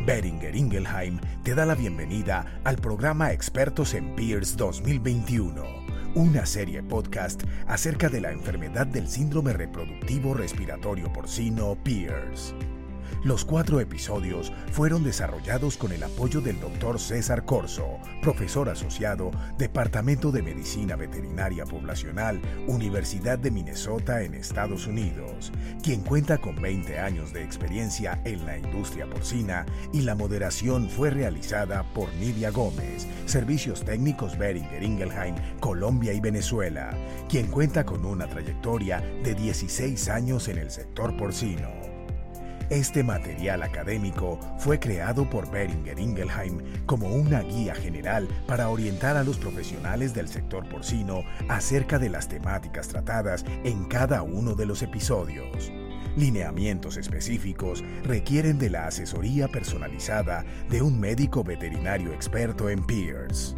Boehringer Ingelheim te da la bienvenida al programa Expertos en PIRS 2021, una serie podcast acerca de la enfermedad del síndrome reproductivo respiratorio porcino PIRS. Los 4 episodios fueron desarrollados con el apoyo del Dr. César Corso, profesor asociado, Departamento de Medicina Veterinaria Poblacional, Universidad de Minnesota en Estados Unidos, quien cuenta con 20 años de experiencia en la industria porcina, y la moderación fue realizada por Nidia Gómez, Servicios Técnicos Boehringer Ingelheim, Colombia y Venezuela, quien cuenta con una trayectoria de 16 años en el sector porcino. Este material académico fue creado por Boehringer Ingelheim como una guía general para orientar a los profesionales del sector porcino acerca de las temáticas tratadas en cada uno de los episodios. Lineamientos específicos requieren de la asesoría personalizada de un médico veterinario experto en PIRS.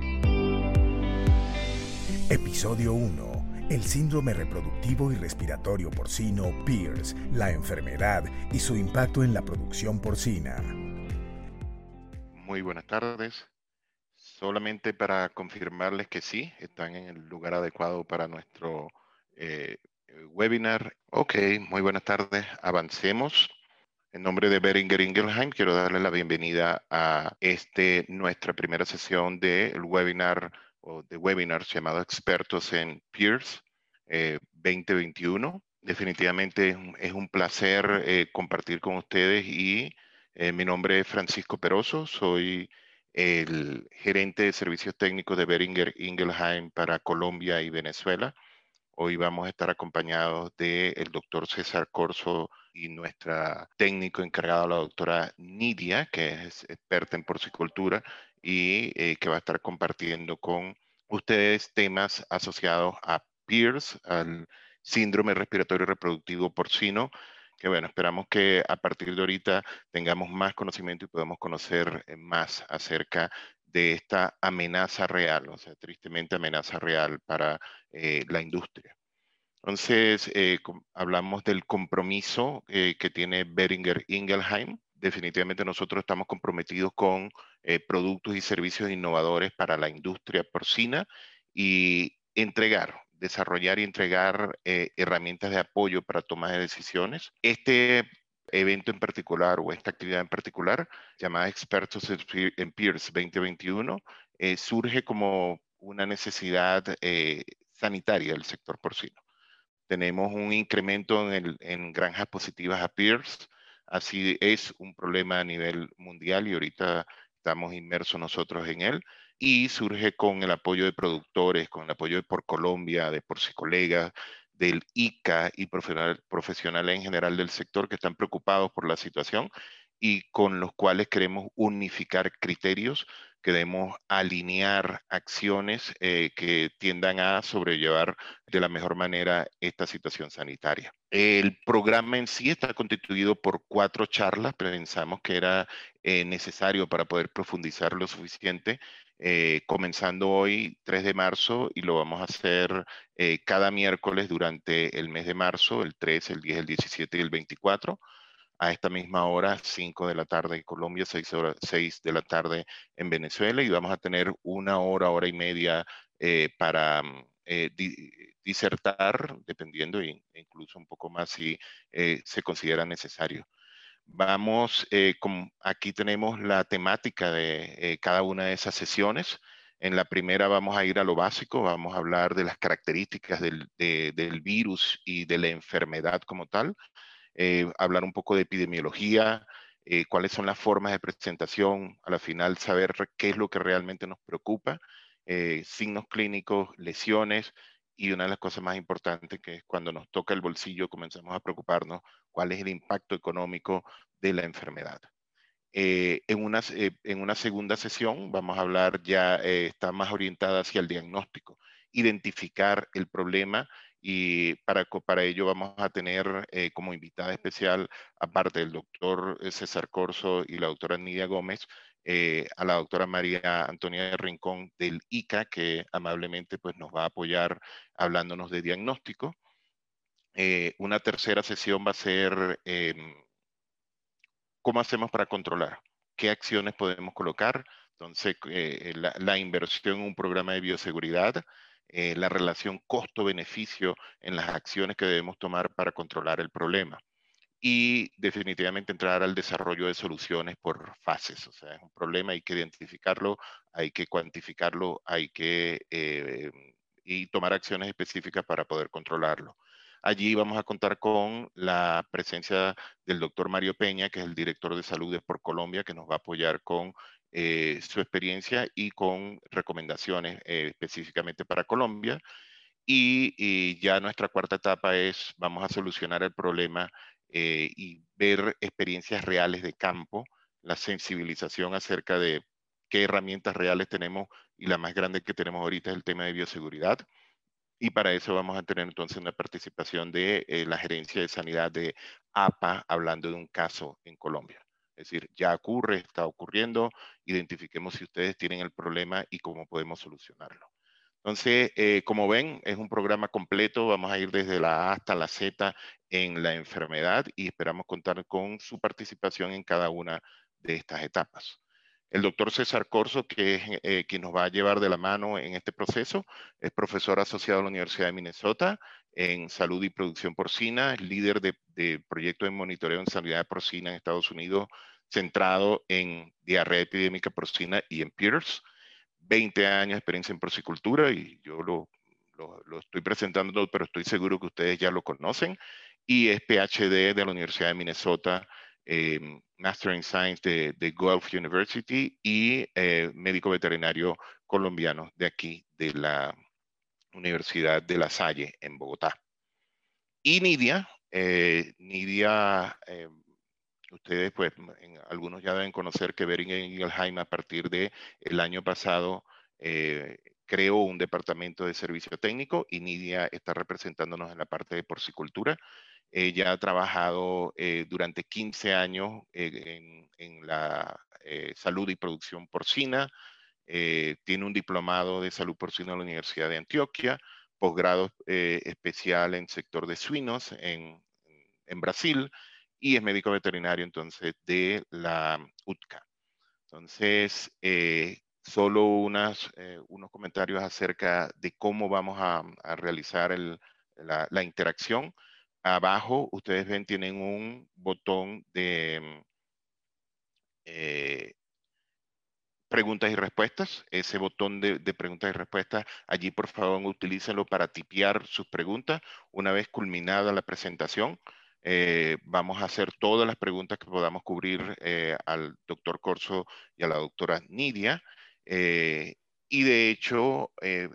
Episodio 1. El síndrome reproductivo y respiratorio porcino PIRS, la enfermedad y su impacto en la producción porcina. Muy buenas tardes. Solamente para confirmarles que sí, están en el lugar adecuado para nuestro webinar. Ok, muy buenas tardes. Avancemos. En nombre de Boehringer Ingelheim, quiero darles la bienvenida a nuestra primera sesión del webinar o de webinars llamado Expertos en PIRS 2021. Definitivamente es un placer compartir con ustedes y mi nombre es Francisco Peroso, soy el gerente de servicios técnicos de Boehringer Ingelheim para Colombia y Venezuela. Hoy vamos a estar acompañados del doctor César Corso y nuestra técnico encargada, la doctora Nidia, que es experta en porcicultura y que va a estar compartiendo con ustedes temas asociados a PIRS, al síndrome respiratorio reproductivo porcino, que bueno, esperamos que a partir de ahorita tengamos más conocimiento y podamos conocer más acerca de esta amenaza real, o sea, tristemente amenaza real para la industria. Entonces, hablamos del compromiso que tiene Boehringer Ingelheim. Definitivamente nosotros estamos comprometidos con productos y servicios innovadores para la industria porcina y desarrollar y entregar herramientas de apoyo para toma de decisiones. Este evento en particular o esta actividad en particular, llamada Expertos en PIRS 2021, surge como una necesidad sanitaria del sector porcino. Tenemos un incremento en granjas positivas a PIRS. Así es un problema a nivel mundial y ahorita estamos inmersos nosotros en él. Y surge con el apoyo de productores, con el apoyo de PorColombia, de Porcicolegas, del ICA y profesionales en general del sector que están preocupados por la situación y con los cuales queremos unificar criterios, queremos alinear acciones que tiendan a sobrellevar de la mejor manera esta situación sanitaria. El programa en sí está constituido por 4 charlas, pensamos que era necesario para poder profundizar lo suficiente, comenzando hoy 3 de marzo y lo vamos a hacer cada miércoles durante el mes de marzo, el 3, el 10, el 17 y el 24. A esta misma hora, 5 de la tarde en Colombia, 6 de la tarde en Venezuela, y vamos a tener una hora y media para disertar, dependiendo, e incluso un poco más si se considera necesario. Aquí tenemos la temática de cada una de esas sesiones. En la primera vamos a ir a lo básico, vamos a hablar de las características del virus y de la enfermedad como tal. Hablar un poco de epidemiología, cuáles son las formas de presentación, a la final saber qué es lo que realmente nos preocupa, signos clínicos, lesiones, y una de las cosas más importantes que es cuando nos toca el bolsillo comenzamos a preocuparnos cuál es el impacto económico de la enfermedad. En una segunda sesión vamos a hablar está más orientada hacia el diagnóstico, identificar el problema, y para ello vamos a tener como invitada especial, aparte del doctor César Corso y la doctora Nidia Gómez, a la doctora María Antonia Rincón del ICA, que amablemente pues, nos va a apoyar hablándonos de diagnóstico. Una tercera sesión va a ser ¿cómo hacemos para controlar? qué acciones podemos colocar. Entonces, la inversión en un programa de bioseguridad, la relación costo-beneficio en las acciones que debemos tomar para controlar el problema. Y definitivamente entrar al desarrollo de soluciones por fases. O sea, es un problema, hay que identificarlo, hay que cuantificarlo, hay que y tomar acciones específicas para poder controlarlo. Allí vamos a contar con la presencia del doctor Mario Peña, que es el director de salud de Por Colombia, que nos va a apoyar con su experiencia y con recomendaciones específicamente para Colombia. Y ya nuestra cuarta etapa es, vamos a solucionar el problema y ver experiencias reales de campo, la sensibilización acerca de qué herramientas reales tenemos, y la más grande que tenemos ahorita es el tema de bioseguridad. Y para eso vamos a tener entonces una participación de la Gerencia de Sanidad de APA, hablando de un caso en Colombia. Es decir, ya ocurre, está ocurriendo, identifiquemos si ustedes tienen el problema y cómo podemos solucionarlo. Entonces, como ven, es un programa completo. Vamos a ir desde la A hasta la Z en la enfermedad y esperamos contar con su participación en cada una de estas etapas. El doctor César Corso, que es quien nos va a llevar de la mano en este proceso, es profesor asociado a la Universidad de Minnesota en salud y producción porcina, es líder de proyecto de monitoreo en sanidad porcina en Estados Unidos, centrado en diarrea epidémica porcina y en PIRS. 20 años de experiencia en porcicultura, y yo lo estoy presentando, pero estoy seguro que ustedes ya lo conocen. Y es PhD de la Universidad de Minnesota, Master in Science de Guelph University y médico veterinario colombiano de aquí, de la Universidad de La Salle en Bogotá. Y Nidia, ustedes, pues, algunos ya deben conocer que Boehringer Ingelheim a partir del año pasado creó un departamento de servicio técnico, y Nidia está representándonos en la parte de porcicultura. Ella ha trabajado durante 15 años en la salud y producción porcina. Tiene un diplomado de salud porcina en la Universidad de Antioquia, posgrado especial en sector de suinos en Brasil, y es médico veterinario entonces de la UTCA. Entonces, solo unos comentarios acerca de cómo vamos a realizar la interacción. Abajo, ustedes ven, tienen un botón de preguntas y respuestas. Ese botón de preguntas y respuestas, allí por favor utilícenlo para tipear sus preguntas. Una vez culminada la presentación, vamos a hacer todas las preguntas que podamos cubrir al doctor Corso y a la doctora Nidia. Y de hecho,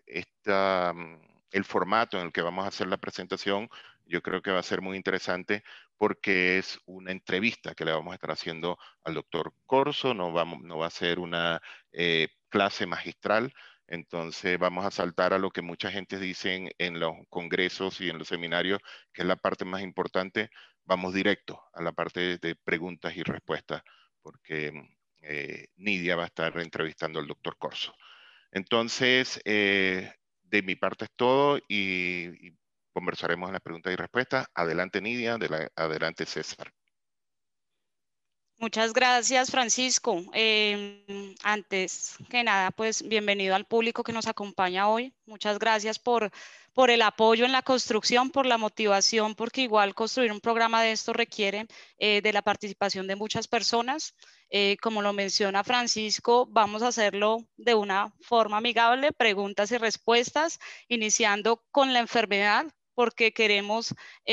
el formato en el que vamos a hacer la presentación, yo creo que va a ser muy interesante, porque es una entrevista que le vamos a estar haciendo al doctor Corso. No va a ser una clase magistral. Entonces vamos a saltar a lo que mucha gente dice en los congresos y en los seminarios, que es la parte más importante. Vamos directo a la parte de preguntas y respuestas, porque Nidia va a estar entrevistando al doctor Corso. Entonces, de mi parte es todo, y conversaremos en las preguntas y respuestas. Adelante, Nidia, adelante, César. Muchas gracias, Francisco. Antes que nada, pues bienvenido al público que nos acompaña hoy. Muchas gracias por el apoyo en la construcción, por la motivación, porque igual construir un programa de esto requiere de la participación de muchas personas. Como lo menciona Francisco, vamos a hacerlo de una forma amigable, preguntas y respuestas, iniciando con la enfermedad, porque queremos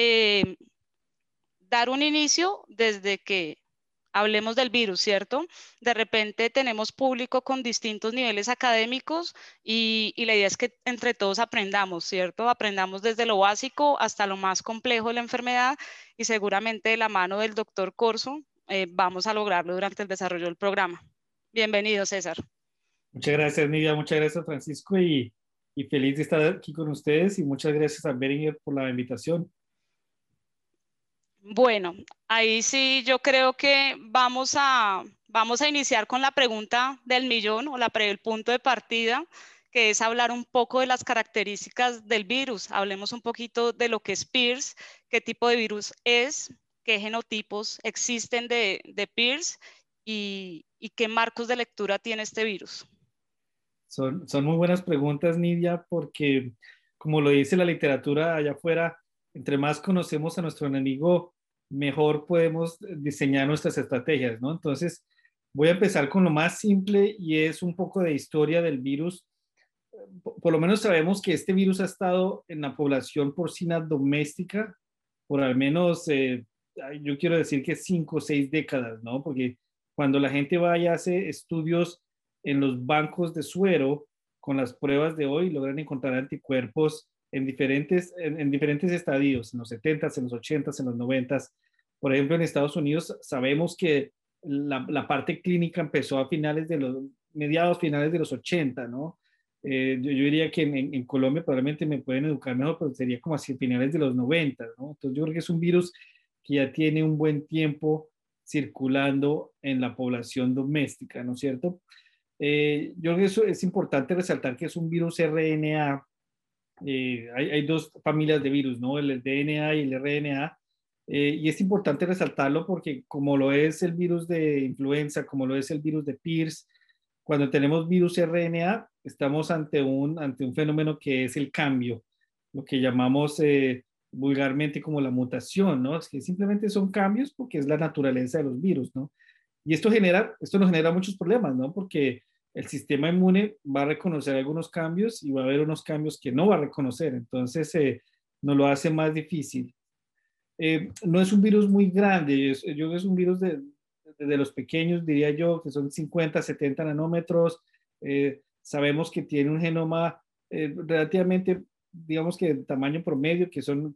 dar un inicio desde que hablemos del virus, ¿cierto? De repente tenemos público con distintos niveles académicos y la idea es que entre todos aprendamos, ¿cierto? Aprendamos desde lo básico hasta lo más complejo de la enfermedad, y seguramente de la mano del doctor Corso vamos a lograrlo durante el desarrollo del programa. Bienvenido, César. Muchas gracias, Nidia. Muchas gracias, Francisco, y feliz de estar aquí con ustedes, y muchas gracias a Boehringer por la invitación. Bueno, ahí sí yo creo que vamos a iniciar con la pregunta del millón, o el punto de partida, que es hablar un poco de las características del virus. Hablemos un poquito de lo que es PIRS, qué tipo de virus es, qué genotipos existen de PIRS, y qué marcos de lectura tiene este virus? Son muy buenas preguntas, Nidia, porque como lo dice la literatura allá afuera, entre más conocemos a nuestro enemigo, mejor podemos diseñar nuestras estrategias, ¿no? Entonces, voy a empezar con lo más simple y es un poco de historia del virus. Por lo menos sabemos que este virus ha estado en la población porcina doméstica por al menos, yo quiero decir que 5 o 6 décadas, ¿no? Porque cuando la gente va y hace estudios en los bancos de suero con las pruebas de hoy, logran encontrar anticuerpos en diferentes estadios, en los 70s, en los 80s, en los 90s. Por ejemplo, en Estados Unidos sabemos que la parte clínica empezó a mediados finales de los 80, ¿no? Yo diría que en Colombia probablemente me pueden educar mejor, pero sería como hacia finales de los 90, ¿no? Entonces yo creo que es un virus que ya tiene un buen tiempo circulando en la población doméstica, ¿no es cierto? Yo creo que eso es importante resaltar que es un virus RNA. Hay dos familias de virus, ¿no? El DNA y el RNA. Y es importante resaltarlo porque como lo es el virus de influenza, como lo es el virus de PIRS, cuando tenemos virus RNA, estamos ante un fenómeno que es el cambio, lo que llamamos vulgarmente como la mutación, ¿no? Es que simplemente son cambios porque es la naturaleza de los virus, ¿no? Y esto nos genera muchos problemas, ¿no? Porque el sistema inmune va a reconocer algunos cambios y va a haber unos cambios que no va a reconocer, entonces nos lo hace más difícil. No es un virus muy grande, yo creo que es un virus de los pequeños, diría yo, que son 50, 70 nanómetros. Sabemos que tiene un genoma relativamente, digamos que de tamaño promedio, que son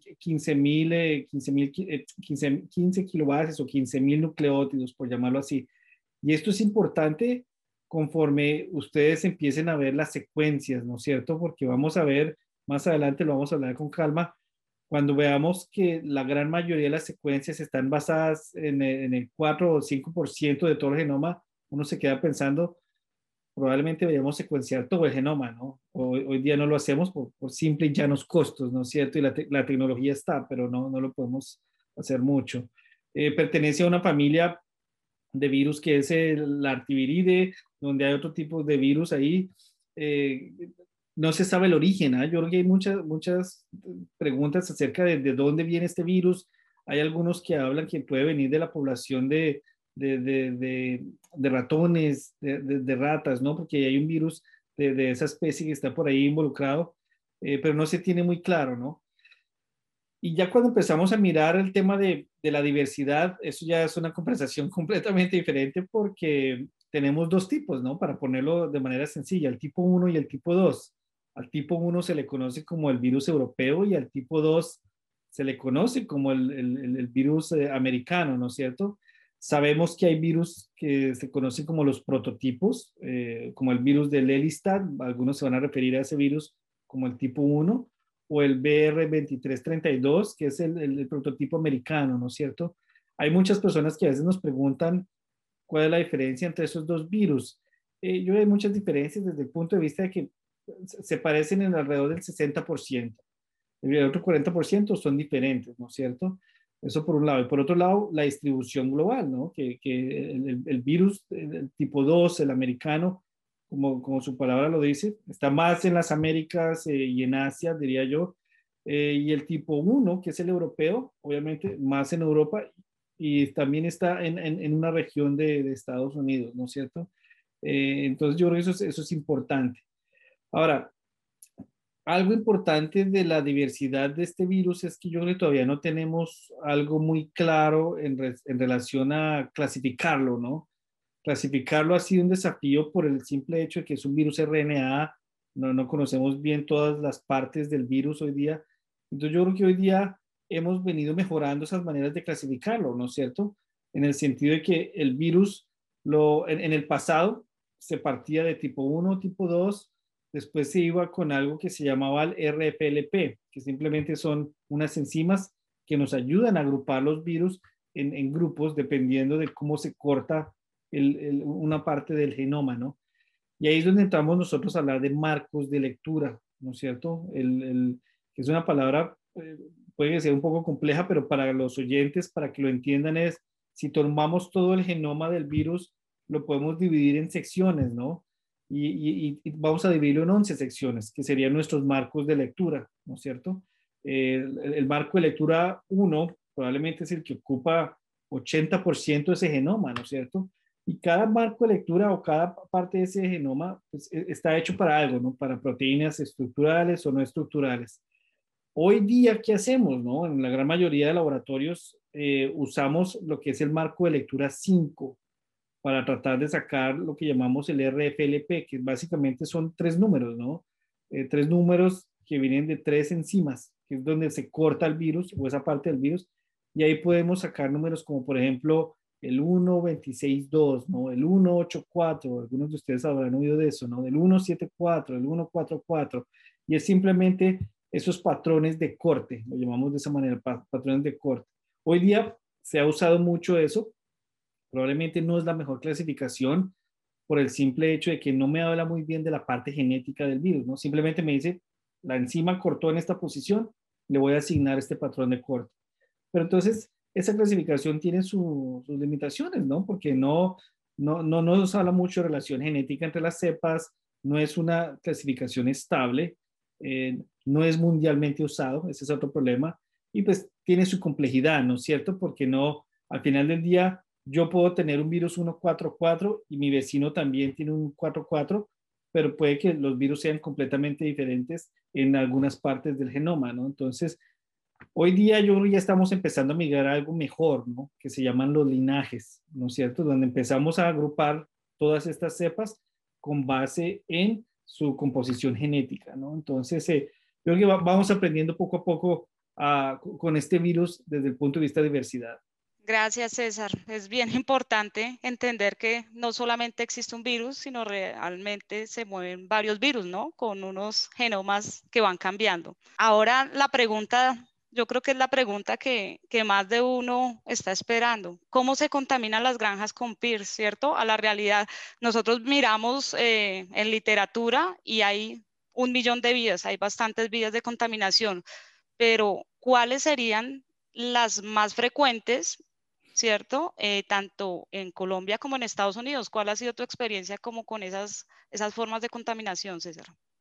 15 kilobases o 15,000 nucleótidos, por llamarlo así. Y esto es importante conforme ustedes empiecen a ver las secuencias, ¿no es cierto? Porque vamos a ver, más adelante lo vamos a hablar con calma, cuando veamos que la gran mayoría de las secuencias están basadas en el 4 o 5% de todo el genoma, uno se queda pensando, probablemente deberíamos secuenciar todo el genoma, ¿no? Hoy día no lo hacemos por simple y llanos costos, ¿no es cierto? Y la tecnología está, pero no lo podemos hacer mucho. Pertenece a una familia de virus que es la artiviridae, donde hay otro tipo de virus ahí. No se sabe el origen, ¿eh? Yo creo que hay muchas preguntas acerca de dónde viene este virus. Hay algunos que hablan que puede venir de la población de ratones, de ratas, ¿no? Porque hay un virus de esa especie que está por ahí involucrado, pero no se tiene muy claro, ¿no? Y ya cuando empezamos a mirar el tema de la diversidad, eso ya es una conversación completamente diferente porque tenemos dos tipos, ¿no? Para ponerlo de manera sencilla, el tipo 1 y el tipo 2. Al tipo 1 se le conoce como el virus europeo y al tipo 2 se le conoce como el virus americano, ¿no es cierto? Sabemos que hay virus que se conocen como los prototipos, como el virus del Elistat, algunos se van a referir a ese virus como el tipo 1, o el BR2332, que es el prototipo americano, ¿no es cierto? Hay muchas personas que a veces nos preguntan cuál es la diferencia entre esos dos virus. Yo veo muchas diferencias desde el punto de vista de que se parecen en alrededor del 60%. El otro 40% son diferentes, ¿no es cierto? Eso por un lado. Y por otro lado, la distribución global, ¿no? Que el virus, el tipo 2, el americano, como su palabra lo dice, está más en las Américas y en Asia, diría yo. Y el tipo 1, que es el europeo, obviamente más en Europa y también está en una región de Estados Unidos, ¿no es cierto? Entonces yo creo que eso es importante. Ahora, algo importante de la diversidad de este virus es que yo creo que todavía no tenemos algo muy claro en relación a clasificarlo, ¿no? Clasificarlo ha sido un desafío por el simple hecho de que es un virus RNA, no conocemos bien todas las partes del virus hoy día. Entonces yo creo que hoy día hemos venido mejorando esas maneras de clasificarlo, ¿no es cierto? En el sentido de que el virus, en el pasado, se partía de tipo 1, tipo 2, después se iba con algo que se llamaba el RPLP, que simplemente son unas enzimas que nos ayudan a agrupar los virus en grupos dependiendo de cómo se corta una parte del genoma, ¿no? Y ahí es donde entramos nosotros a hablar de marcos de lectura, ¿no es cierto? Que es una palabra, puede ser un poco compleja, pero para los oyentes, para que lo entiendan, es si tomamos todo el genoma del virus lo podemos dividir en secciones, ¿no? Y vamos a dividirlo en 11 secciones, que serían nuestros marcos de lectura, ¿no es cierto? El marco de lectura 1 probablemente es el que ocupa 80% de ese genoma, ¿no es cierto? Y cada marco de lectura o cada parte de ese genoma pues, está hecho para algo, ¿no? Para proteínas estructurales o no estructurales. Hoy día, ¿qué hacemos, no? En la gran mayoría de laboratorios usamos lo que es el marco de lectura 5 para tratar de sacar lo que llamamos el RFLP, que básicamente son 3 números, ¿no? 3 números que vienen de 3 enzimas, que es donde se corta el virus o esa parte del virus, y ahí podemos sacar números como, por ejemplo, el 1.26.2, ¿no? El 1.8.4, algunos de ustedes habrán oído de eso, ¿no? El 1.7.4, el 1.4.4, y es simplemente esos patrones de corte, lo llamamos de esa manera, patrones de corte. Hoy día se ha usado mucho eso, probablemente no es la mejor clasificación por el simple hecho de que no me habla muy bien de la parte genética del virus, ¿no? Simplemente me dice, la enzima cortó en esta posición, le voy a asignar este patrón de corte. Pero entonces, esa clasificación tiene sus limitaciones, ¿no? Porque no nos habla mucho de relación genética entre las cepas, no es una clasificación estable, no es mundialmente usado, ese es otro problema, y pues tiene su complejidad, ¿no es cierto? Porque no, al final del día, yo puedo tener un virus 1.4.4 y mi vecino también tiene un 4.4, pero puede que los virus sean completamente diferentes en algunas partes del genoma, ¿no? Entonces, hoy día yo creo que ya estamos empezando a migrar a algo mejor, ¿no? Que se llaman los linajes, ¿no es cierto? Donde empezamos a agrupar todas estas cepas con base en su composición genética, ¿no? Entonces, yo creo que vamos aprendiendo poco a poco con este virus desde el punto de vista de diversidad. Gracias, César. Es bien importante entender que no solamente existe un virus, sino realmente se mueven varios virus, ¿no? Con unos genomas que van cambiando. Ahora la pregunta, yo creo que es la pregunta que más de uno está esperando. ¿Cómo se contaminan las granjas con PIRS, cierto? A la realidad. Nosotros miramos en literatura y hay 1.000.000 de vías, hay bastantes vías de contaminación, pero ¿cuáles serían las más frecuentes, cierto? Tanto en Colombia como en Estados Unidos. ¿Cuál ha sido tu experiencia como con esas formas de contaminación, César?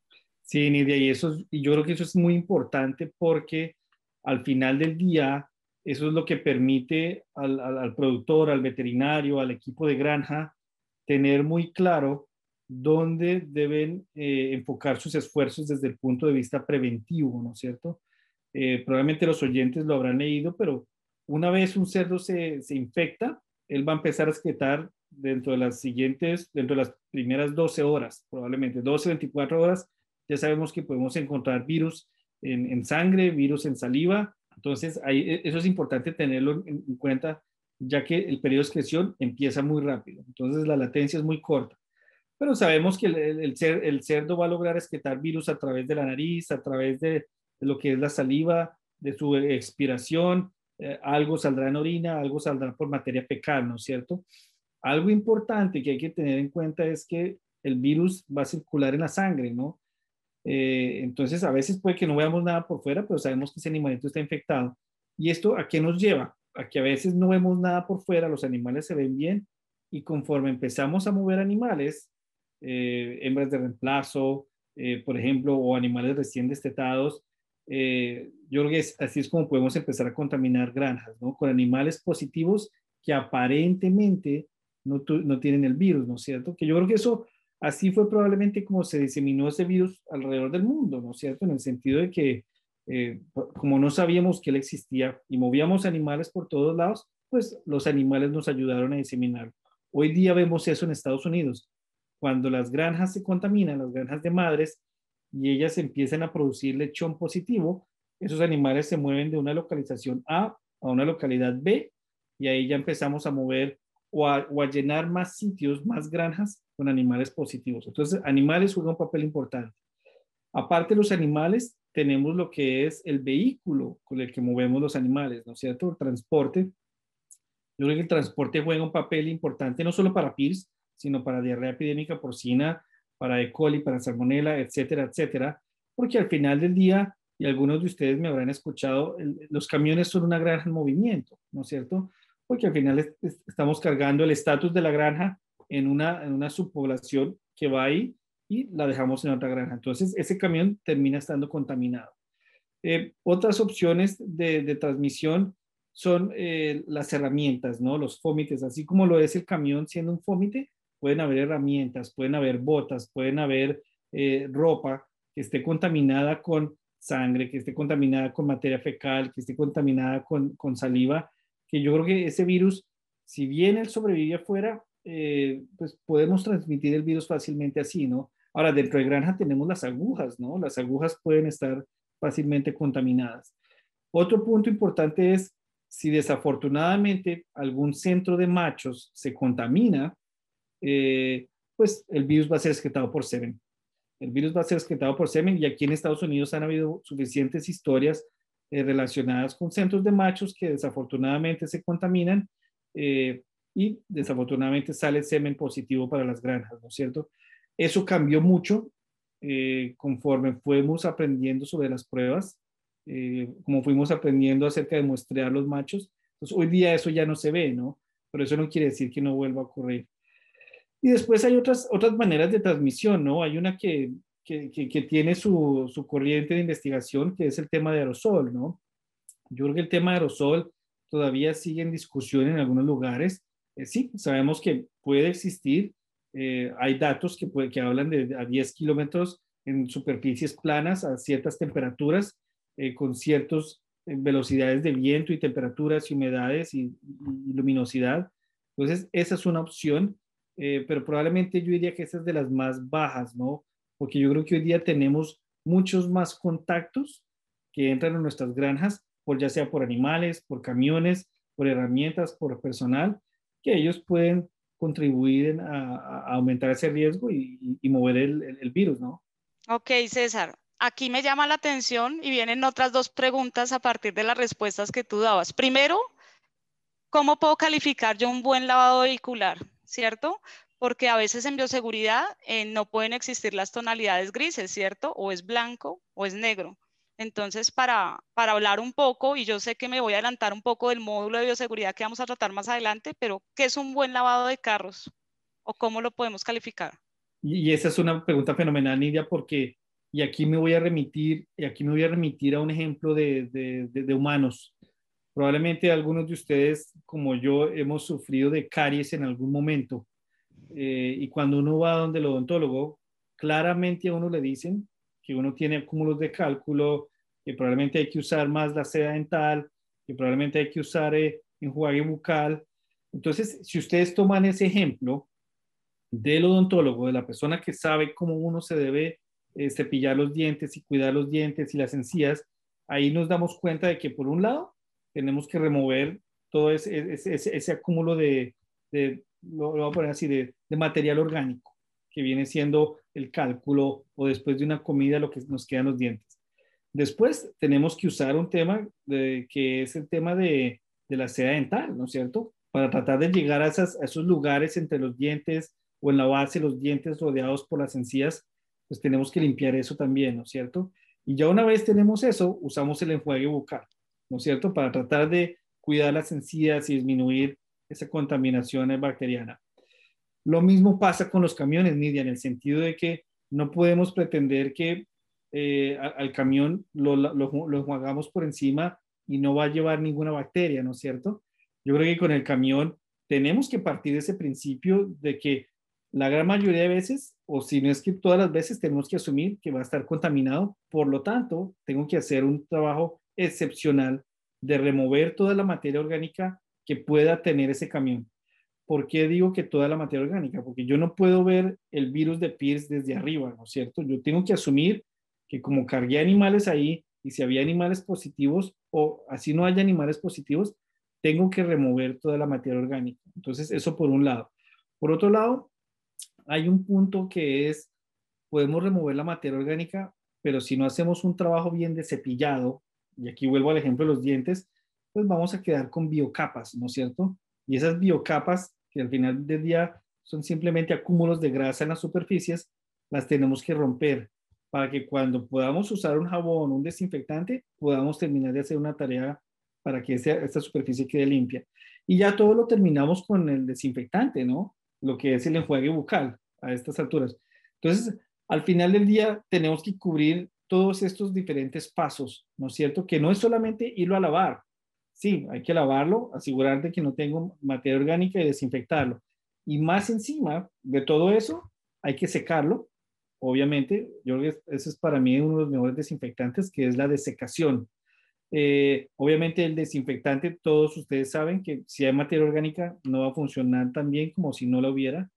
Sí, Nidia, y yo creo que eso es muy importante porque al final del día, eso es lo que permite al productor, al veterinario, al equipo de granja, tener muy claro dónde deben enfocar sus esfuerzos desde el punto de vista preventivo, ¿no es cierto? Probablemente los oyentes lo habrán leído, pero una vez un cerdo se infecta, él va a empezar a excretar dentro de las primeras 12 horas, probablemente 12, 24 horas, ya sabemos que podemos encontrar virus en sangre, virus en saliva, entonces eso es importante tenerlo en cuenta, ya que el periodo de excreción empieza muy rápido, entonces la latencia es muy corta. Pero sabemos que el cerdo va a lograr excretar virus a través de la nariz, a través de lo que es la saliva, de su expiración, algo saldrá en orina, algo saldrá por materia fecal, ¿no es cierto? Algo importante que hay que tener en cuenta es que el virus va a circular en la sangre, ¿no? Entonces, a veces puede que no veamos nada por fuera, pero sabemos que ese animalito está infectado. ¿Y esto a qué nos lleva? A que a veces no vemos nada por fuera, los animales se ven bien, y conforme empezamos a mover animales, hembras de reemplazo, por ejemplo, o animales recién destetados, yo creo que así es como podemos empezar a contaminar granjas, ¿no? Con animales positivos que aparentemente no tienen el virus, ¿no es cierto? Que yo creo que eso, así fue probablemente como se diseminó ese virus alrededor del mundo, ¿no es cierto? En el sentido de que como no sabíamos que él existía y movíamos animales por todos lados, pues los animales nos ayudaron a diseminarlo. Hoy día vemos eso en Estados Unidos. Cuando las granjas se contaminan, las granjas de madres, y ellas empiezan a producir lechón positivo, esos animales se mueven de una localización A una localidad B, y ahí ya empezamos a mover o a llenar más sitios, más granjas con animales positivos. Entonces, animales juegan un papel importante. Aparte de los animales, tenemos lo que es el vehículo con el que movemos los animales, ¿no es cierto? El transporte. Yo creo que el transporte juega un papel importante no solo para PIRS, sino para diarrea epidémica porcina, para E. coli, para salmonela, etcétera, etcétera, porque al final del día, y algunos de ustedes me habrán escuchado, los camiones son una granja en movimiento, ¿no es cierto? Porque al final estamos cargando el estatus de la granja en una subpoblación que va ahí y la dejamos en otra granja. Entonces, ese camión termina estando contaminado. Otras opciones de transmisión son las herramientas, ¿no? Los fómites, así como lo es el camión siendo un fómite, pueden haber herramientas, pueden haber botas, pueden haber ropa que esté contaminada con sangre, que esté contaminada con materia fecal, que esté contaminada con saliva, que yo creo que ese virus, si bien él sobrevive afuera, pues podemos transmitir el virus fácilmente así, ¿no? Ahora, dentro de granja tenemos las agujas, ¿no? Las agujas pueden estar fácilmente contaminadas. Otro punto importante es si desafortunadamente algún centro de machos se contamina, pues el virus va a ser excretado por semen. El virus va a ser excretado por semen y aquí en Estados Unidos han habido suficientes historias relacionadas con centros de machos que desafortunadamente se contaminan y desafortunadamente sale semen positivo para las granjas, ¿no es cierto? Eso cambió mucho conforme fuimos aprendiendo sobre las pruebas, como fuimos aprendiendo acerca de muestrear los machos. Entonces, hoy día eso ya no se ve, ¿no? Pero eso no quiere decir que no vuelva a ocurrir. Y después hay otras maneras de transmisión, ¿no? Hay una que tiene su corriente de investigación, que es el tema de aerosol, ¿no? Yo creo que el tema de aerosol todavía sigue en discusión en algunos lugares. Sí, sabemos que puede existir. Hay datos que hablan de a 10 kilómetros en superficies planas a ciertas temperaturas, con ciertas velocidades de viento y temperaturas y humedades y luminosidad. Entonces, esa es una opción, pero probablemente yo diría que esa es de las más bajas, ¿no? Porque yo creo que hoy día tenemos muchos más contactos que entran en nuestras granjas, ya sea por animales, por camiones, por herramientas, por personal, que ellos pueden contribuir a aumentar ese riesgo y mover el virus, ¿no? Ok, César, aquí me llama la atención y vienen otras dos preguntas a partir de las respuestas que tú dabas. Primero, ¿cómo puedo calificar yo un buen lavado vehicular? ¿Cierto? Porque a veces en bioseguridad no pueden existir las tonalidades grises, ¿cierto? O es blanco o es negro. Entonces, para hablar un poco, y yo sé que me voy a adelantar un poco del módulo de bioseguridad que vamos a tratar más adelante, pero ¿qué es un buen lavado de carros? ¿O cómo lo podemos calificar? Y esa es una pregunta fenomenal, Nidia, porque aquí me voy a remitir a un ejemplo de humanos. Probablemente algunos de ustedes, como yo, hemos sufrido de caries en algún momento. Y cuando uno va donde el odontólogo, claramente a uno le dicen que uno tiene acúmulos de cálculo, que probablemente hay que usar más la seda dental, que probablemente hay que usar enjuague bucal. Entonces, si ustedes toman ese ejemplo del odontólogo, de la persona que sabe cómo uno se debe cepillar los dientes y cuidar los dientes y las encías, ahí nos damos cuenta de que por un lado tenemos que remover todo ese acúmulo lo voy a poner así, de material orgánico, que viene siendo el cálculo o después de una comida lo que nos quedan los dientes. Después tenemos que usar un tema que es el tema de la seda dental, ¿no es cierto? Para tratar de llegar a esos lugares entre los dientes o en la base, los dientes rodeados por las encías, pues tenemos que limpiar eso también, ¿no es cierto? Y ya una vez tenemos eso, usamos el enjuague bucal, ¿no es cierto? Para tratar de cuidar las encías y disminuir esa contaminación bacteriana. Lo mismo pasa con los camiones, Nidia, en el sentido de que no podemos pretender que al camión lo enjuagamos por encima y no va a llevar ninguna bacteria, ¿no es cierto? Yo creo que con el camión tenemos que partir de ese principio de que la gran mayoría de veces, o si no es que todas las veces, tenemos que asumir que va a estar contaminado. Por lo tanto, tengo que hacer un trabajo excepcional de remover toda la materia orgánica que pueda tener ese camión. ¿Por qué digo que toda la materia orgánica? Porque yo no puedo ver el virus de PIRS desde arriba, ¿no es cierto? Yo tengo que asumir que como cargué animales ahí y si había animales positivos o así no haya animales positivos, tengo que remover toda la materia orgánica. Entonces, eso por un lado. Por otro lado, hay un punto que es, podemos remover la materia orgánica, pero si no hacemos un trabajo bien de cepillado, y aquí vuelvo al ejemplo de los dientes, pues vamos a quedar con biocapas, ¿no es cierto? Y esas biocapas, que al final del día son simplemente acúmulos de grasa en las superficies, las tenemos que romper para que cuando podamos usar un jabón, un desinfectante, podamos terminar de hacer una tarea para que esta superficie quede limpia. Y ya todo lo terminamos con el desinfectante, ¿no? lo que es el enjuague bucal a estas alturas. Entonces, al final del día tenemos que cubrir todos estos diferentes pasos, ¿no es cierto? Que no es solamente irlo a lavar. Sí, hay que lavarlo, asegurar de que no tenga materia orgánica y desinfectarlo. Y más encima de todo eso, hay que secarlo. Obviamente, yo creo que ese es para mí uno de los mejores desinfectantes, que es la desecación. Obviamente el desinfectante, todos ustedes saben que si hay materia orgánica no va a funcionar tan bien como si no la hubiera.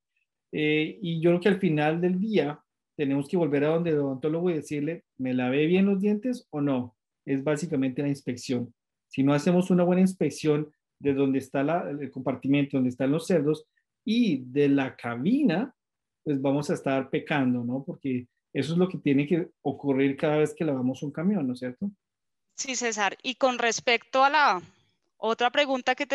Y yo creo que al final del día tenemos que volver a donde el odontólogo y decirle, ¿me lavé bien los dientes o no? Es básicamente la inspección. Si no hacemos una buena inspección de donde está el compartimento, donde están los cerdos y de la cabina, pues vamos a estar pecando, ¿no? Porque eso es lo que tiene que ocurrir cada vez que lavamos un camión, ¿no es cierto? Sí, César. Y con respecto a la otra pregunta que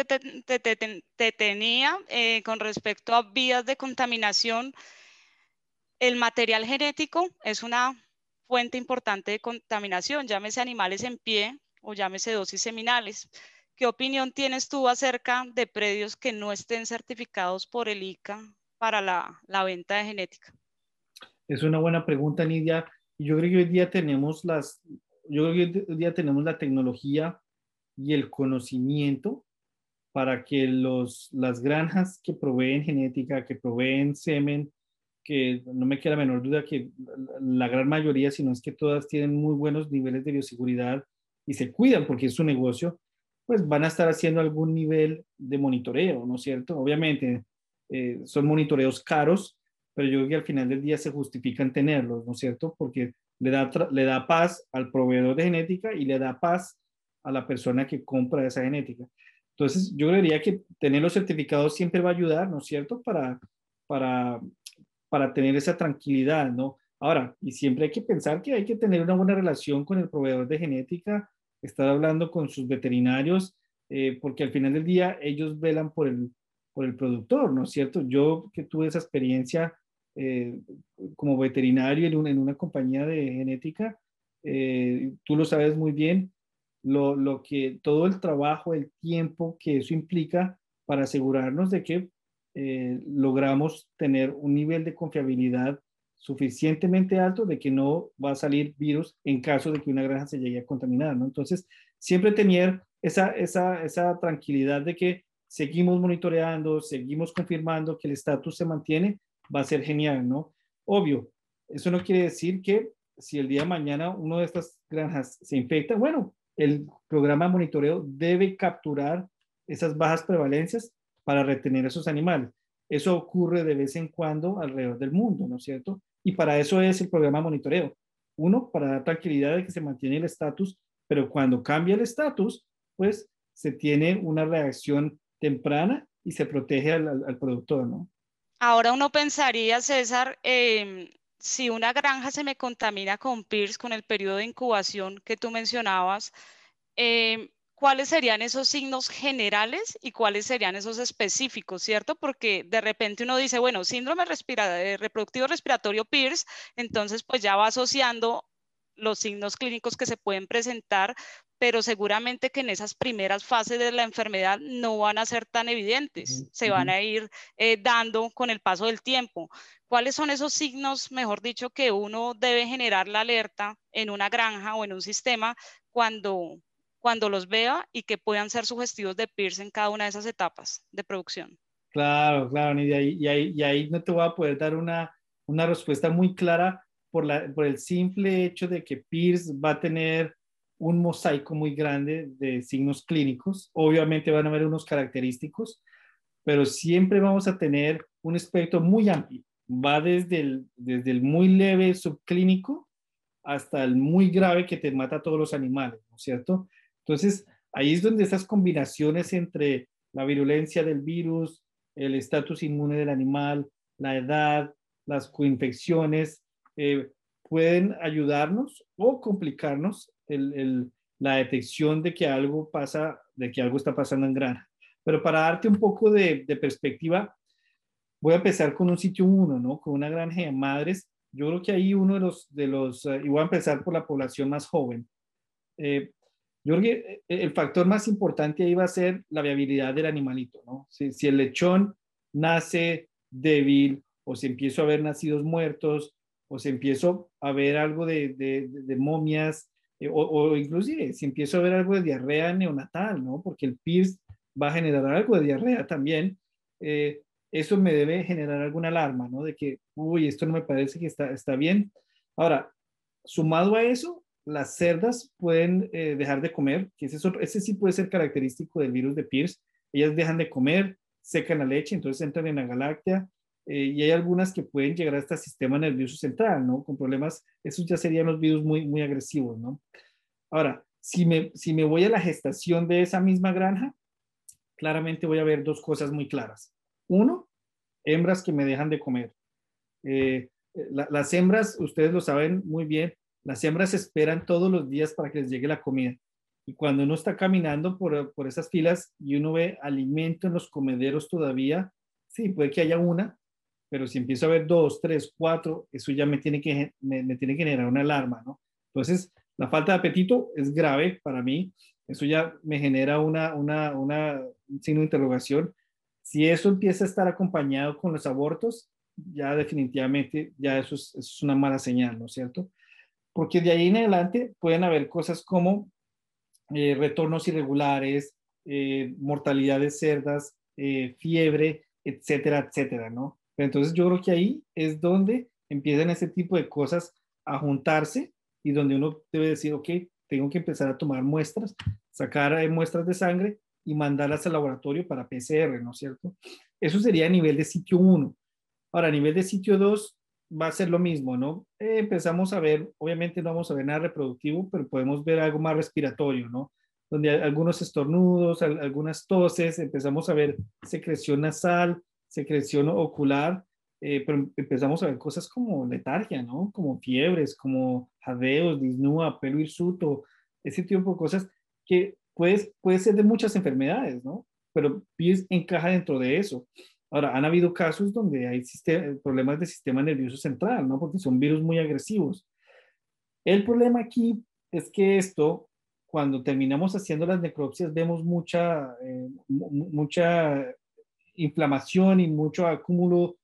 te tenía, con respecto a vías de contaminación, el material genético es una fuente importante de contaminación, llámese animales en pie o llámese dosis seminales. ¿Qué opinión tienes tú acerca de predios que no estén certificados por el ICA para la venta de genética? Es una buena pregunta, Nidia. Yo creo que hoy día tenemos hoy día tenemos la tecnología y el conocimiento para que las granjas que proveen genética, que proveen semen, que no me queda la menor duda que la gran mayoría, si no es que todas, tienen muy buenos niveles de bioseguridad y se cuidan porque es su negocio, pues van a estar haciendo algún nivel de monitoreo, ¿no es cierto? Obviamente son monitoreos caros, pero yo creo que al final del día se justifican tenerlos, ¿no es cierto? Porque le da paz al proveedor de genética y le da paz a la persona que compra esa genética. Entonces, yo diría que tener los certificados siempre va a ayudar, ¿no es cierto? Para, para tener esa tranquilidad, ¿no? Ahora, y siempre hay que pensar que hay que tener una buena relación con el proveedor de genética, estar hablando con sus veterinarios, porque al final del día ellos velan por el productor, ¿no es cierto? Yo que tuve esa experiencia eh, como veterinario en una compañía de genética, tú lo sabes muy bien, lo que todo el trabajo, el tiempo que eso implica para asegurarnos de que logramos tener un nivel de confiabilidad suficientemente alto de que no va a salir virus en caso de que una granja se llegue a contaminar, ¿no? Entonces, siempre tener esa tranquilidad de que seguimos monitoreando, seguimos confirmando que el estatus se mantiene, va a ser genial, ¿no? Obvio, eso no quiere decir que si el día de mañana uno de estas granjas se infecta, bueno, el programa de monitoreo debe capturar esas bajas prevalencias para retener a esos animales. Eso ocurre de vez en cuando alrededor del mundo, ¿no es cierto? Y para eso es el programa de monitoreo. Uno, para dar tranquilidad de que se mantiene el estatus, pero cuando cambia el estatus, pues se tiene una reacción temprana y se protege al productor, ¿no? Ahora uno pensaría, César, si una granja se me contamina con PIRS, con el periodo de incubación que tú mencionabas, ¿cuáles serían esos signos generales y cuáles serían esos específicos, cierto? Porque de repente uno dice, bueno, síndrome reproductivo respiratorio PIRS, entonces pues ya va asociando los signos clínicos que se pueden presentar, pero seguramente que en esas primeras fases de la enfermedad no van a ser tan evidentes, se van a ir dando con el paso del tiempo. ¿Cuáles son esos signos, mejor dicho, que uno debe generar la alerta en una granja o en un sistema cuando los vea y que puedan ser sugestivos de PIRS en cada una de esas etapas de producción? Claro, claro, Nidia, y ahí no te voy a poder dar una respuesta muy clara por el simple hecho de que PIRS va a tener un mosaico muy grande de signos clínicos. Obviamente van a haber unos característicos, pero siempre vamos a tener un espectro muy amplio. Va desde el muy leve subclínico hasta el muy grave que te mata a todos los animales, ¿no es cierto? Entonces, ahí es donde esas combinaciones entre la virulencia del virus, el estatus inmune del animal, la edad, las coinfecciones, pueden ayudarnos o complicarnos la detección de que algo pasa, de que algo está pasando en granja. Pero para darte un poco de perspectiva, voy a empezar con un sitio 1, ¿no? Con una granja de madres. Yo creo que ahí uno y voy a empezar por la población más joven. Eh, yo creo que el factor más importante ahí va a ser la viabilidad del animalito, ¿no? Si el lechón nace débil, o si empiezo a ver nacidos muertos, o si empiezo a ver algo de momias, o inclusive si empiezo a ver algo de diarrea neonatal, ¿no? Porque el PIRS va a generar algo de diarrea también. Eso me debe generar alguna alarma, ¿no? De que, uy, esto no me parece que está bien. Ahora, sumado a eso, las cerdas pueden dejar de comer, que ese sí puede ser característico del virus de Pierce. Ellas dejan de comer, secan la leche, entonces entran en la galáctea, y hay algunas que pueden llegar hasta el sistema nervioso central, ¿no? Con problemas, esos ya serían los virus muy, muy agresivos, ¿no? Ahora, si me voy a la gestación de esa misma granja, claramente voy a ver dos cosas muy claras. Uno, hembras que me dejan de comer. Las hembras, ustedes lo saben muy bien, las hembras esperan todos los días para que les llegue la comida. Y cuando uno está caminando por esas filas y uno ve alimento en los comederos todavía, sí, puede que haya una, pero si empiezo a ver 2, 3, 4, eso ya me tiene que generar una alarma, ¿no? Entonces, la falta de apetito es grave para mí. Eso ya me genera un signo de interrogación. Si eso empieza a estar acompañado con los abortos, ya definitivamente, ya eso es una mala señal, ¿no es cierto? Porque de ahí en adelante pueden haber cosas como retornos irregulares, mortalidad de cerdas, fiebre, etcétera, etcétera, ¿no? Pero entonces yo creo que ahí es donde empiezan ese tipo de cosas a juntarse y donde uno debe decir, ok, tengo que empezar a tomar muestras, sacar muestras de sangre y mandarlas al laboratorio para PCR, ¿no es cierto? Eso sería a nivel de sitio 1. Ahora, a nivel de sitio 2 va a ser lo mismo, ¿no? Empezamos a ver, obviamente no vamos a ver nada reproductivo, pero podemos ver algo más respiratorio, ¿no? Donde hay algunos estornudos, algunas toses, empezamos a ver secreción nasal, secreción ocular, pero empezamos a ver cosas como letargia, ¿no? Como fiebres, como jadeos, disnea, pelo hirsuto, ese tipo de cosas que puede ser de muchas enfermedades, ¿no? Pero PIRS encaja dentro de eso. Ahora, han habido casos donde hay problemas de sistema nervioso central, ¿no? Porque son virus muy agresivos. El problema aquí es que cuando terminamos haciendo las necropsias, vemos mucha inflamación y mucho acúmulo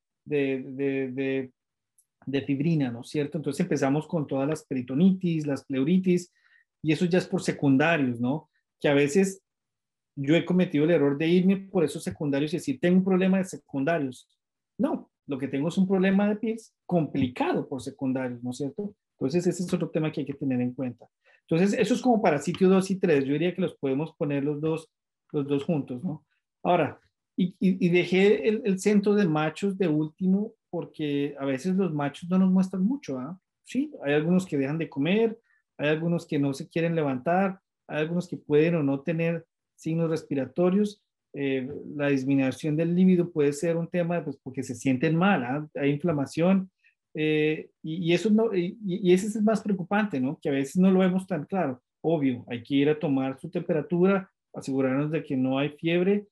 de fibrina, ¿no es cierto? Entonces empezamos con todas las peritonitis, las pleuritis, y eso ya es por secundarios, ¿no? Que a veces yo he cometido el error de irme por esos secundarios y decir, tengo un problema de secundarios. No, lo que tengo es un problema de PIRS complicado por secundarios, ¿no es cierto? Entonces ese es otro tema que hay que tener en cuenta. Entonces eso es como para sitio 2 y 3. Yo diría que los podemos poner los dos juntos, ¿no? Ahora, y dejé el centro de machos de último porque a veces los machos no nos muestran mucho, ¿ah? Sí, hay algunos que dejan de comer, hay algunos que no se quieren levantar, hay algunos que pueden o no tener signos respiratorios. La disminución del líbido puede ser un tema pues, porque se sienten mal, ¿eh? Hay inflamación, y eso no, y ese es el más preocupante, ¿no? Que a veces no lo vemos tan claro. Obvio, hay que ir a tomar su temperatura, asegurarnos de que no hay fiebre,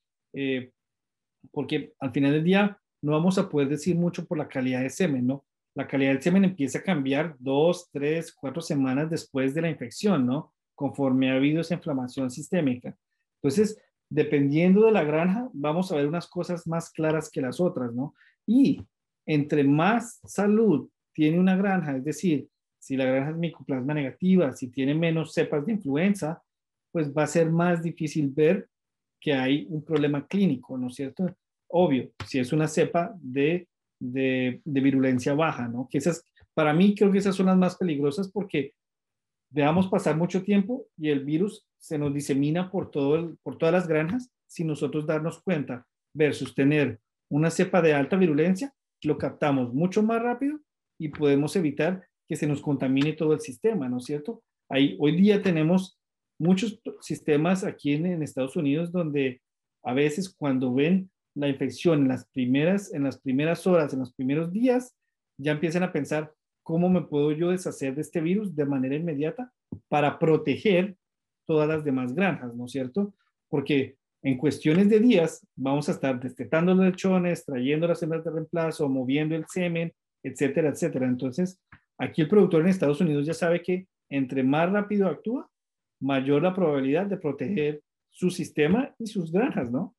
porque al final del día no vamos a poder decir mucho por la calidad de semen, ¿no? La calidad del semen empieza a cambiar 2, 3, 4 semanas después de la infección, ¿no? Conforme ha habido esa inflamación sistémica. Entonces, dependiendo de la granja, vamos a ver unas cosas más claras que las otras, ¿no? Y entre más salud tiene una granja, es decir, si la granja es micoplasma negativa, si tiene menos cepas de influenza, pues va a ser más difícil ver que hay un problema clínico, ¿no es cierto? Obvio, si es una cepa de virulencia baja, ¿no? Que esas, para mí creo que esas son las más peligrosas porque dejamos pasar mucho tiempo y el virus se nos disemina por todas las granjas sin nosotros darnos cuenta, versus tener una cepa de alta virulencia, lo captamos mucho más rápido y podemos evitar que se nos contamine todo el sistema, ¿no es cierto? Hoy día tenemos muchos sistemas aquí en Estados Unidos donde a veces cuando ven la infección en las primeras horas, en los primeros días, ya empiezan a pensar, ¿cómo me puedo yo deshacer de este virus de manera inmediata para proteger todas las demás granjas, ¿no es cierto? Porque en cuestiones de días vamos a estar destetando los lechones, trayendo las hembras de reemplazo, moviendo el semen, etcétera, etcétera. Entonces, aquí el productor en Estados Unidos ya sabe que entre más rápido actúa, mayor la probabilidad de proteger su sistema y sus granjas, ¿no?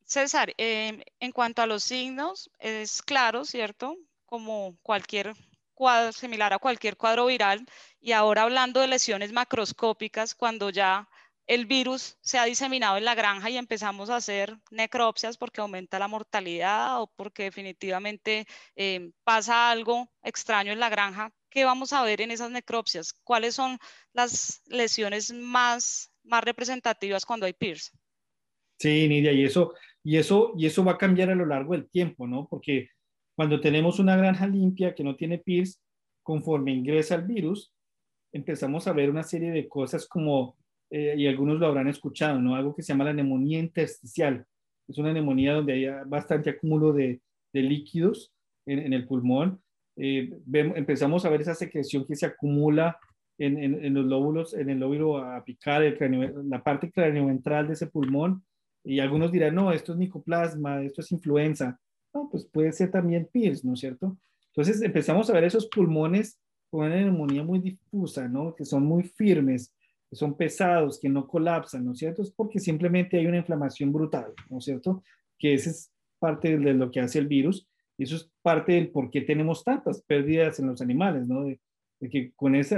César, en cuanto a los signos, es claro, ¿cierto? Como cualquier cuadro, similar a cualquier cuadro viral. Y ahora hablando de lesiones macroscópicas, cuando ya el virus se ha diseminado en la granja y empezamos a hacer necropsias porque aumenta la mortalidad o porque definitivamente pasa algo extraño en la granja, ¿qué vamos a ver en esas necropsias? ¿Cuáles son las lesiones más representativas cuando hay PIRS? Sí, Nidia, y eso va a cambiar a lo largo del tiempo, ¿no? Porque cuando tenemos una granja limpia que no tiene PIRS, conforme ingresa el virus, empezamos a ver una serie de cosas como, y algunos lo habrán escuchado, ¿no? Algo que se llama la neumonía intersticial. Es una neumonía donde hay bastante acúmulo de líquidos en el pulmón. Empezamos a ver esa secreción que se acumula en los lóbulos, en el lóbulo apical, la parte craneoventral de ese pulmón. Y algunos dirán, no, esto es micoplasma, esto es influenza. No, pues puede ser también PIRS, ¿no es cierto? Entonces empezamos a ver esos pulmones con una neumonía muy difusa, ¿no? Que son muy firmes, que son pesados, que no colapsan, ¿no es cierto? Es porque simplemente hay una inflamación brutal, ¿no es cierto? Que esa es parte de lo que hace el virus, y eso es parte del por qué tenemos tantas pérdidas en los animales, ¿no? De que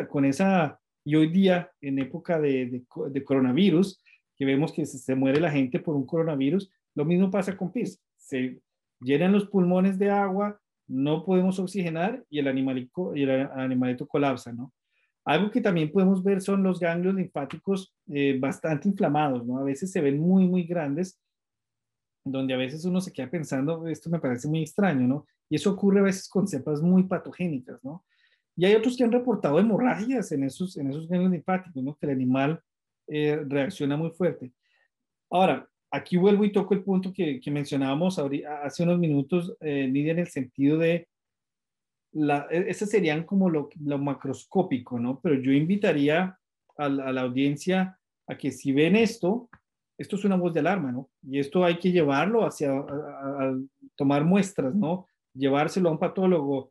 y hoy día, en época de coronavirus, que vemos que se muere la gente por un coronavirus, lo mismo pasa con PIRS. Se llenan los pulmones de agua, no podemos oxigenar y el animalito colapsa, ¿no? Algo que también podemos ver son los ganglios linfáticos bastante inflamados, ¿no? A veces se ven muy, muy grandes, donde a veces uno se queda pensando, esto me parece muy extraño, ¿no? Y eso ocurre a veces con cepas muy patogénicas, ¿no? Y hay otros que han reportado hemorragias en esos ganglios linfáticos, ¿no? Que el animal reacciona muy fuerte. Ahora, aquí vuelvo y toco el punto que mencionábamos hace unos minutos, Nidia, en el sentido de, ese serían como lo macroscópico, ¿no? Pero yo invitaría a la audiencia a que si ven esto es una voz de alarma, ¿no? Y esto hay que llevarlo a tomar muestras, ¿no? Llevárselo a un patólogo,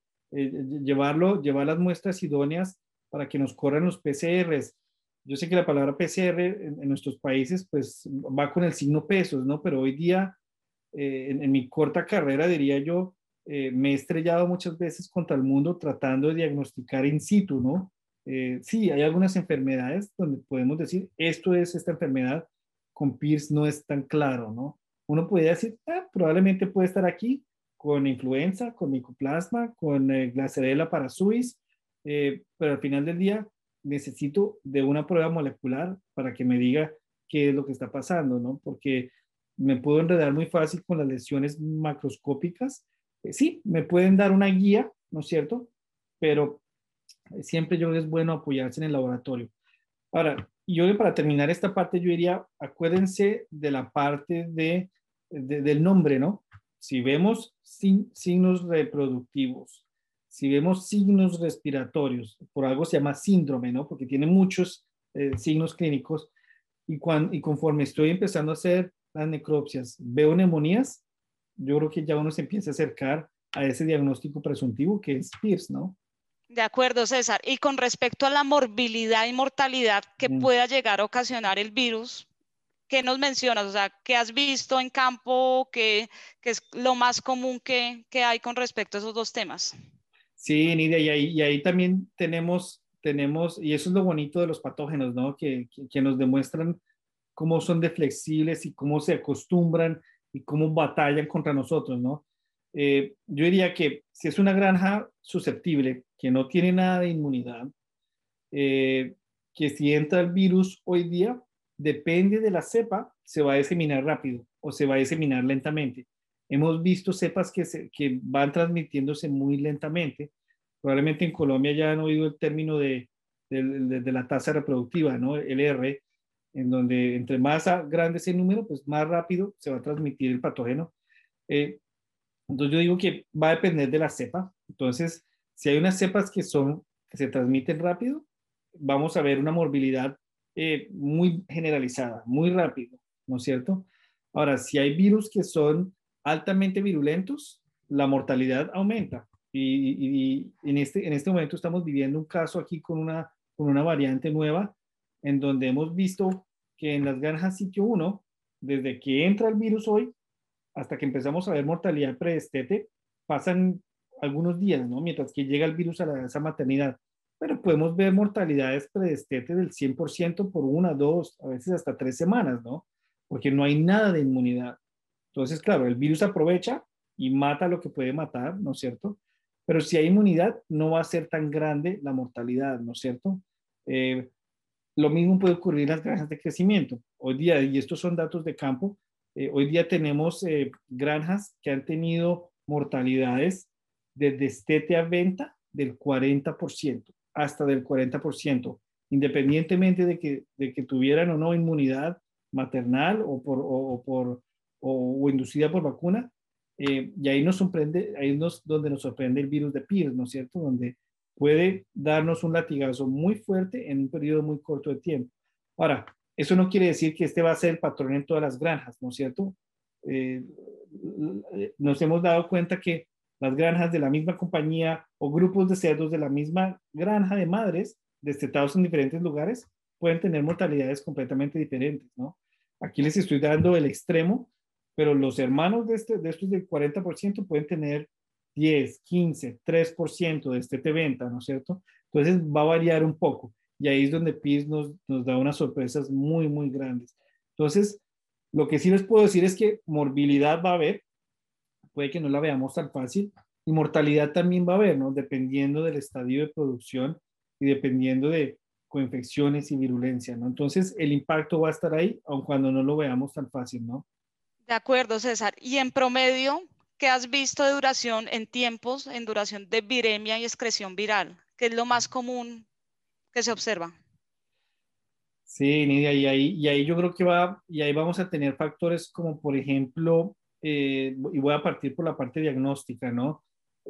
llevar las muestras idóneas para que nos corran los PCRs. Yo sé que la palabra PCR en nuestros países pues va con el signo pesos, ¿no? Pero hoy día, en mi corta carrera, diría yo, me he estrellado muchas veces contra el mundo tratando de diagnosticar in situ, ¿no? Sí, hay algunas enfermedades donde podemos decir, esto es esta enfermedad, con PIRS no es tan claro, ¿no? Uno podría decir, probablemente puede estar aquí con influenza, con micoplasma, con Glasserella parasuis, pero al final del día necesito de una prueba molecular para que me diga qué es lo que está pasando, ¿no? Porque me puedo enredar muy fácil con las lesiones macroscópicas. Sí, me pueden dar una guía, ¿no es cierto? Pero siempre yo creo que es bueno apoyarse en el laboratorio. Ahora, yo para terminar esta parte, yo diría, acuérdense de la parte del nombre, ¿no? Si vemos signos reproductivos, si vemos signos respiratorios, por algo se llama síndrome, ¿no? Porque tiene muchos signos clínicos, y conforme estoy empezando a hacer las necropsias, veo neumonías, yo creo que ya uno se empieza a acercar a ese diagnóstico presuntivo que es PIRS, ¿no? De acuerdo, César. Y con respecto a la morbilidad y mortalidad que pueda llegar a ocasionar el virus, ¿qué nos mencionas? O sea, ¿qué has visto en campo? ¿Qué es lo más común que hay con respecto a esos dos temas? Sí, Nidia, y ahí también tenemos, y eso es lo bonito de los patógenos, ¿no? Que nos demuestran cómo son de flexibles y cómo se acostumbran y cómo batallan contra nosotros, ¿no? Yo diría que si es una granja susceptible, que no tiene nada de inmunidad, que si entra el virus hoy día, depende de la cepa, se va a diseminar rápido o se va a diseminar lentamente. Hemos visto cepas que van transmitiéndose muy lentamente. Probablemente en Colombia ya han oído el término de la tasa reproductiva, ¿no? El R, en donde entre más grande sea el número, pues más rápido se va a transmitir el patógeno. Entonces yo digo que va a depender de la cepa. Entonces, si hay unas cepas que se transmiten rápido, vamos a ver una morbilidad muy generalizada, muy rápido, ¿no es cierto? Ahora, si hay virus que son altamente virulentos, la mortalidad aumenta. Y en este momento estamos viviendo un caso aquí con una variante nueva, en donde hemos visto que en las granjas sitio 1, desde que entra el virus hoy, hasta que empezamos a ver mortalidad predestete, pasan algunos días, ¿no? Mientras que llega el virus a esa maternidad. Pero podemos ver mortalidades predestete del 100% por 1, 2, a veces hasta 3 semanas, ¿no? Porque no hay nada de inmunidad. Entonces, claro, el virus aprovecha y mata lo que puede matar, ¿no es cierto? Pero si hay inmunidad, no va a ser tan grande la mortalidad, ¿no es cierto? Lo mismo puede ocurrir en las granjas de crecimiento. Hoy día, y estos son datos de campo, hoy día tenemos granjas que han tenido mortalidades de destete a venta del 40%, hasta del 40%, independientemente de que tuvieran o no inmunidad maternal o inducida por vacuna. Y ahí nos sorprende, donde nos sorprende el virus de PIRS, ¿no es cierto? Donde puede darnos un latigazo muy fuerte en un periodo muy corto de tiempo. Ahora, eso no quiere decir que este va a ser el patrón en todas las granjas, ¿no es cierto? Nos hemos dado cuenta que las granjas de la misma compañía o grupos de cerdos de la misma granja de madres destetados en diferentes lugares pueden tener mortalidades completamente diferentes, ¿no? Aquí les estoy dando el extremo, pero los hermanos de estos del 40% pueden tener 10, 15, 3% de destete venta, ¿no es cierto? Entonces va a variar un poco. Y ahí es donde PIRS nos da unas sorpresas muy, muy grandes. Entonces, lo que sí les puedo decir es que morbilidad va a haber, puede que no la veamos tan fácil, y mortalidad también va a haber, ¿no? Dependiendo del estadio de producción y dependiendo de coinfecciones y virulencia, ¿no? Entonces, el impacto va a estar ahí, aun cuando no lo veamos tan fácil, ¿no? De acuerdo, César. Y en promedio, ¿qué has visto de duración en tiempos, en duración de viremia y excreción viral? ¿Qué es lo más común que se observa? Sí, Nidia, y ahí yo creo que y ahí vamos a tener factores como, por ejemplo, y voy a partir por la parte diagnóstica, ¿no?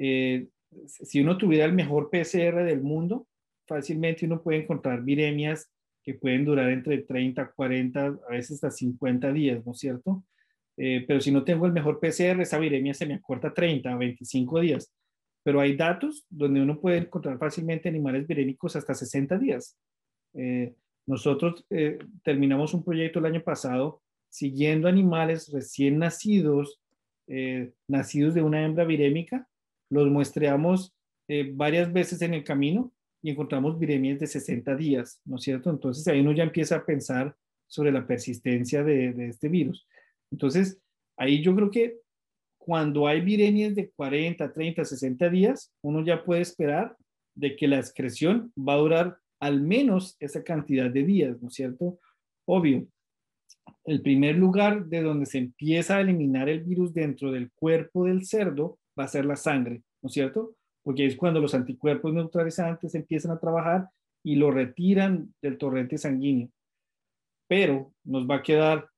Si uno tuviera el mejor PCR del mundo, fácilmente uno puede encontrar viremias que pueden durar entre 30, 40, a veces hasta 50 días, ¿no es cierto? Pero si no tengo el mejor PCR, esa viremia se me acorta 30 a 25 días. Pero hay datos donde uno puede encontrar fácilmente animales virémicos hasta 60 días. Nosotros terminamos un proyecto el año pasado siguiendo animales recién nacidos, nacidos de una hembra virémica. Los muestreamos varias veces en el camino y encontramos viremias de 60 días, ¿no es cierto? Entonces ahí uno ya empieza a pensar sobre la persistencia de este virus. Entonces, ahí yo creo que cuando hay viremias de 40, 30, 60 días, uno ya puede esperar de que la excreción va a durar al menos esa cantidad de días, ¿no es cierto? Obvio, el primer lugar de donde se empieza a eliminar el virus dentro del cuerpo del cerdo va a ser la sangre, ¿no es cierto? Porque es cuando los anticuerpos neutralizantes empiezan a trabajar y lo retiran del torrente sanguíneo. Pero nos va a quedar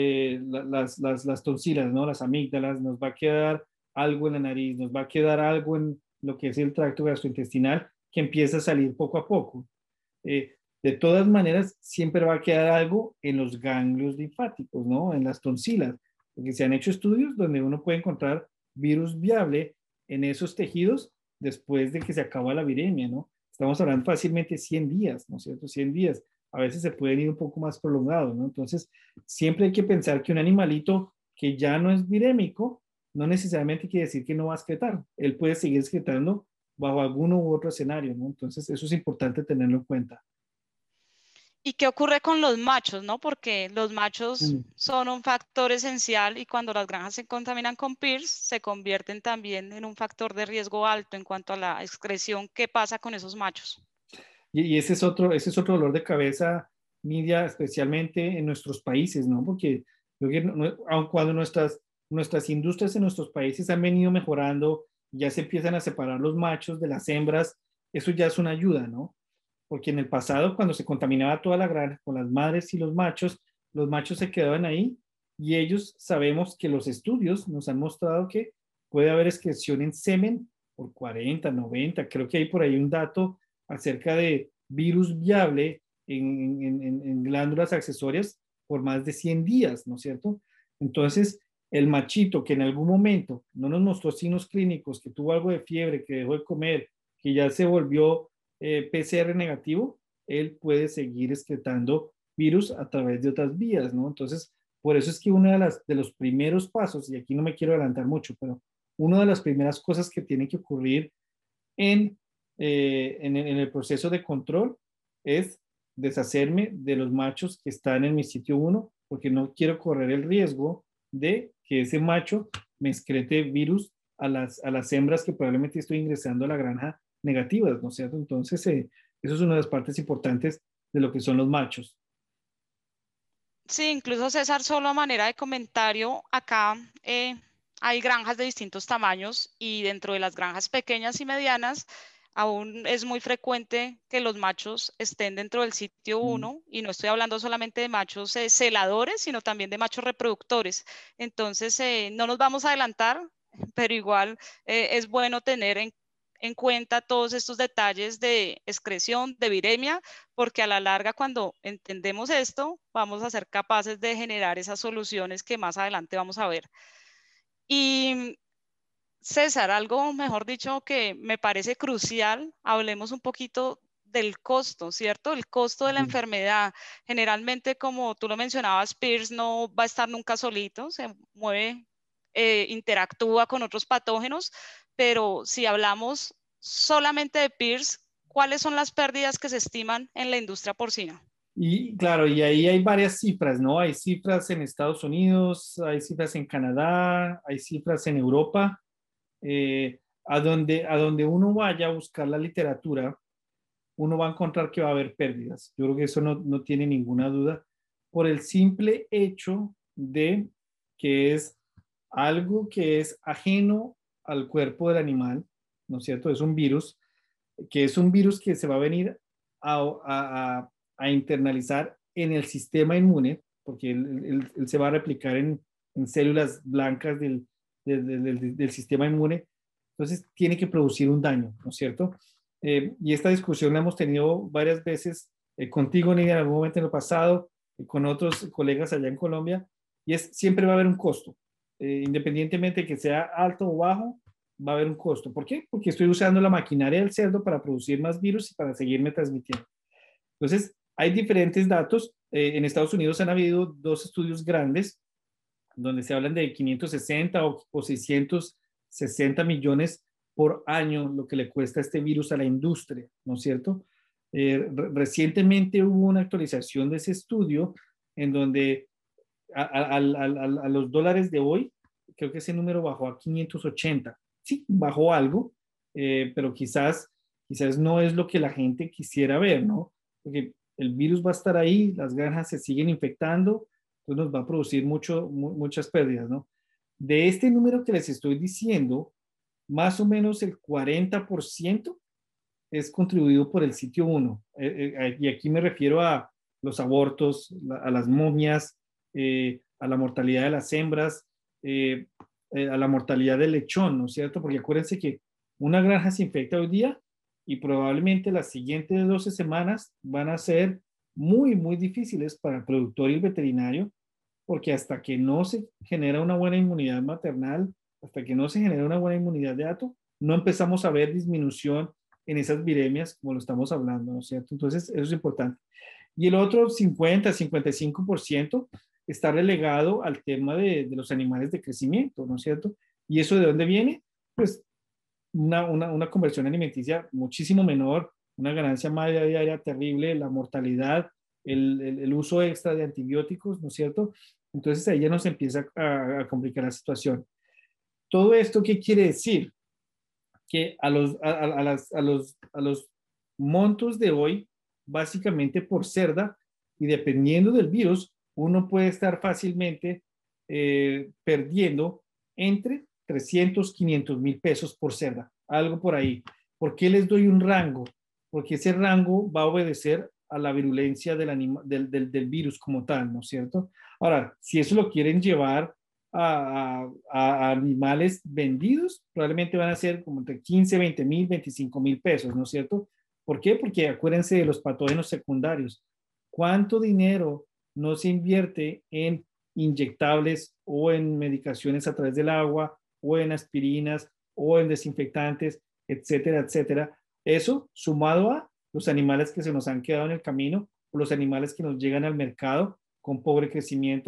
las tonsilas, ¿no? Las amígdalas, nos va a quedar algo en la nariz, nos va a quedar algo en lo que es el tracto gastrointestinal que empieza a salir poco a poco. De todas maneras, siempre va a quedar algo en los ganglios linfáticos, ¿no? En las tonsilas, porque se han hecho estudios donde uno puede encontrar virus viable en esos tejidos después de que se acaba la viremia, ¿no? Estamos hablando fácilmente 100 días, ¿no es cierto? 100 días. A veces se pueden ir un poco más prolongados, ¿no? Entonces, siempre hay que pensar que un animalito que ya no es virémico, no necesariamente quiere decir que no va a excretar. Él puede seguir excretando bajo alguno u otro escenario, ¿no? Entonces, eso es importante tenerlo en cuenta. ¿Y qué ocurre con los machos, no? Porque los machos son un factor esencial y cuando las granjas se contaminan con PIRS, se convierten también en un factor de riesgo alto en cuanto a la excreción. ¿Qué pasa con esos machos? Y ese es otro dolor de cabeza, Nidia, especialmente en nuestros países, ¿no? Porque creo que aun cuando nuestras industrias en nuestros países han venido mejorando, ya se empiezan a separar los machos de las hembras, eso ya es una ayuda, ¿no? Porque en el pasado, cuando se contaminaba toda la granja con las madres y los machos se quedaban ahí y ellos sabemos que los estudios nos han mostrado que puede haber excreción en semen por 40, 90, creo que hay por ahí un dato acerca de virus viable en glándulas accesorias por más de 100 días, ¿no es cierto? Entonces, el machito que en algún momento no nos mostró signos clínicos, que tuvo algo de fiebre, que dejó de comer, que ya se volvió PCR negativo, él puede seguir excretando virus a través de otras vías, ¿no? Entonces, Por eso es que uno de los primeros pasos, y aquí no me quiero adelantar mucho, pero una de las primeras cosas que tiene que ocurrir en el proceso de control es deshacerme de los machos que están en mi sitio 1, porque no quiero correr el riesgo de que ese macho me excrete virus a las hembras que probablemente estoy ingresando a la granja negativas, ¿no es cierto? Entonces, eso es una de las partes importantes de lo que son los machos. Sí, incluso César, solo a manera de comentario, acá hay granjas de distintos tamaños y dentro de las granjas pequeñas y medianas aún es muy frecuente que los machos estén dentro del sitio 1 y no estoy hablando solamente de machos celadores, sino también de machos reproductores. Entonces, no nos vamos a adelantar, pero igual es bueno tener en cuenta todos estos detalles de excreción, de viremia, porque a la larga cuando entendemos esto, vamos a ser capaces de generar esas soluciones que más adelante vamos a ver. Y César, algo mejor dicho que me parece crucial, hablemos un poquito del costo, ¿cierto? El costo de la enfermedad. Generalmente, como tú lo mencionabas, Pierce no va a estar nunca solito, se mueve, interactúa con otros patógenos, pero si hablamos solamente de Pierce, ¿cuáles son las pérdidas que se estiman en la industria porcina? Y claro, y ahí hay varias cifras, ¿no? Hay cifras en Estados Unidos, hay cifras en Canadá, hay cifras en Europa. A donde uno vaya a buscar la literatura, uno va a encontrar que va a haber pérdidas. Yo creo que eso no tiene ninguna duda por el simple hecho de que es algo que es ajeno al cuerpo del animal, ¿no es cierto? Es un virus, que es un virus que se va a venir a internalizar en el sistema inmune, porque él se va a replicar en células blancas del sistema inmune. Entonces tiene que producir un daño, ¿no es cierto? Y esta discusión la hemos tenido varias veces contigo, Nidia, en algún momento en el pasado, con otros colegas allá en Colombia, y siempre va a haber un costo. Independientemente de que sea alto o bajo, va a haber un costo. ¿Por qué? Porque estoy usando la maquinaria del cerdo para producir más virus y para seguirme transmitiendo. Entonces, hay diferentes datos. En Estados Unidos han habido dos estudios grandes donde se hablan de 560 o 660 millones por año lo que le cuesta este virus a la industria, ¿no es cierto? Recientemente hubo una actualización de ese estudio en donde a los dólares de hoy, creo que ese número bajó a 580. Sí, bajó algo, pero quizás no es lo que la gente quisiera ver, ¿no? Porque el virus va a estar ahí, las granjas se siguen infectando, entonces nos va a producir muchas pérdidas, ¿no? De este número que les estoy diciendo, más o menos el 40% es contribuido por el sitio 1. Y aquí me refiero a los abortos, a las momias, a la mortalidad de las hembras, a la mortalidad del lechón, ¿no es cierto? Porque acuérdense que una granja se infecta hoy día y probablemente las siguientes 12 semanas van a ser muy difíciles para el productor y el veterinario, porque hasta que no se genera una buena inmunidad maternal, hasta que no se genera una buena inmunidad de hato, no empezamos a ver disminución en esas viremias como lo estamos hablando, ¿no es cierto? Entonces, eso es importante. Y el otro 50-55% está relegado al tema de los animales de crecimiento, ¿no es cierto? ¿Y eso de dónde viene? Pues una conversión alimenticia muchísimo menor, una ganancia media diaria terrible, la mortalidad, el uso extra de antibióticos, ¿no es cierto? Entonces ahí ya nos empieza a complicar la situación. ¿Todo esto qué quiere decir? Que a los montos de hoy, básicamente por cerda, y dependiendo del virus, uno puede estar fácilmente perdiendo entre 300, 500 mil pesos por cerda, algo por ahí. ¿Por qué les doy un rango? Porque ese rango va a obedecer a la virulencia del virus como tal, ¿no es cierto? Ahora, si eso lo quieren llevar a animales vendidos, probablemente van a ser como entre 15, 20 mil, 25 mil pesos, ¿no es cierto? ¿Por qué? Porque acuérdense de los patógenos secundarios. ¿Cuánto dinero no se invierte en inyectables o en medicaciones a través del agua o en aspirinas o en desinfectantes, etcétera, etcétera? Eso sumado a los animales que se nos han quedado en el camino o los animales que nos llegan al mercado con pobre crecimiento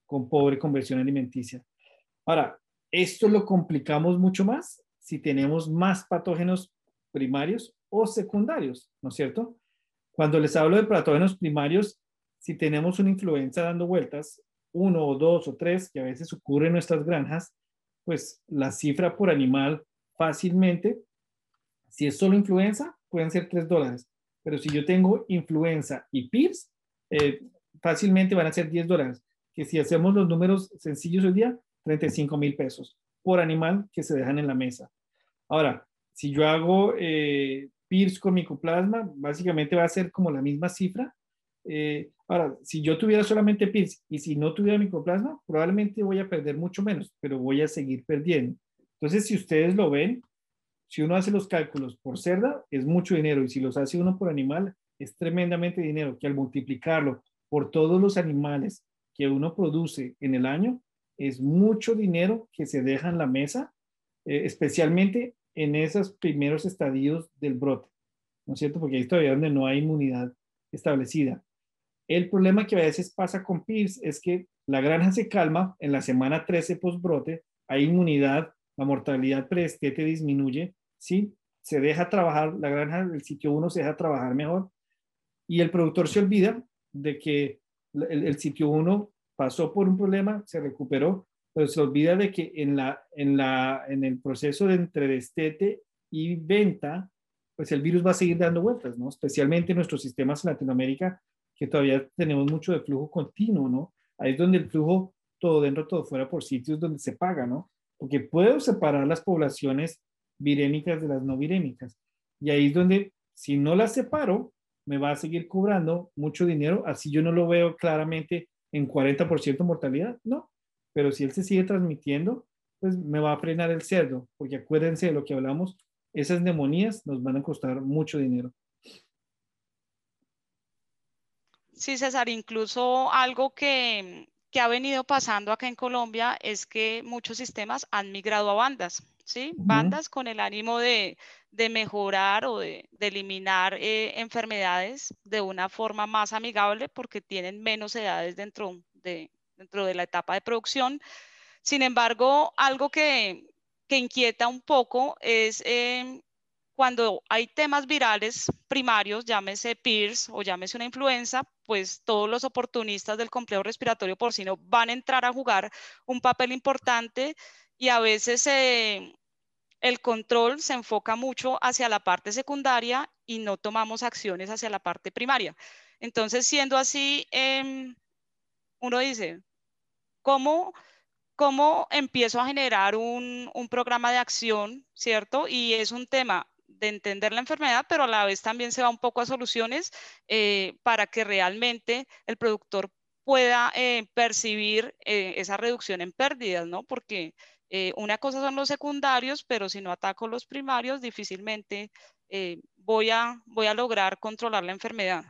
con pobre conversión alimenticia. Ahora, esto lo complicamos mucho más si tenemos más patógenos primarios o secundarios, ¿no es cierto? Cuando les hablo de patógenos primarios, si tenemos una influenza dando vueltas, 1 o 2 o 3, que a veces ocurre en nuestras granjas, pues la cifra por animal fácilmente, si es solo influenza, pueden ser $3. Pero si yo tengo influenza y PIRS, fácilmente van a ser $10. Que si hacemos los números sencillos hoy día, 35,000 pesos por animal que se dejan en la mesa. Ahora, si yo hago PIRS con micoplasma, básicamente va a ser como la misma cifra. Ahora, si yo tuviera solamente PIRS y si no tuviera micoplasma, probablemente voy a perder mucho menos, pero voy a seguir perdiendo. Entonces, si ustedes lo ven, si uno hace los cálculos por cerda, es mucho dinero, y si los hace uno por animal, es tremendamente dinero, que al multiplicarlo por todos los animales que uno produce en el año, es mucho dinero que se deja en la mesa, especialmente en esos primeros estadios del brote, ¿no es cierto? Porque ahí todavía donde no hay inmunidad establecida. El problema que a veces pasa con PIRS es que la granja se calma en la semana 13 post-brote, hay inmunidad, la mortalidad predestete disminuye, ¿sí? Se deja trabajar, la granja del sitio 1 se deja trabajar mejor, y el productor se olvida de que el sitio 1 pasó por un problema, se recuperó, pero se olvida de que en el proceso de entre destete y venta, pues el virus va a seguir dando vueltas, ¿no? Especialmente en nuestros sistemas en Latinoamérica, que todavía tenemos mucho de flujo continuo, ¿no? Ahí es donde el flujo todo dentro, todo fuera, por sitios donde se paga, ¿no? Porque puedo separar las poblaciones virémicas de las no virémicas. Y ahí es donde, si no las separo, me va a seguir cobrando mucho dinero, así yo no lo veo claramente en 40% mortalidad, no. Pero si él se sigue transmitiendo, pues me va a frenar el cerdo, porque acuérdense de lo que hablamos, esas neumonías nos van a costar mucho dinero. Sí, César, incluso algo que ha venido pasando acá en Colombia es que muchos sistemas han migrado a bandas, ¿sí? Bandas con el ánimo de mejorar o de eliminar enfermedades de una forma más amigable porque tienen menos edades dentro de la etapa de producción. Sin embargo, algo que inquieta un poco es cuando hay temas virales primarios, llámese PIRS o llámese una influenza, pues todos los oportunistas del complejo respiratorio porcino van a entrar a jugar un papel importante, y a veces el control se enfoca mucho hacia la parte secundaria y no tomamos acciones hacia la parte primaria. Entonces, siendo así, uno dice, ¿cómo empiezo a generar un programa de acción, ¿cierto? Y es un tema de entender la enfermedad, pero a la vez también se va un poco a soluciones para que realmente el productor pueda percibir esa reducción en pérdidas, ¿no? Porque una cosa son los secundarios, pero si no ataco los primarios, difícilmente voy a lograr controlar la enfermedad.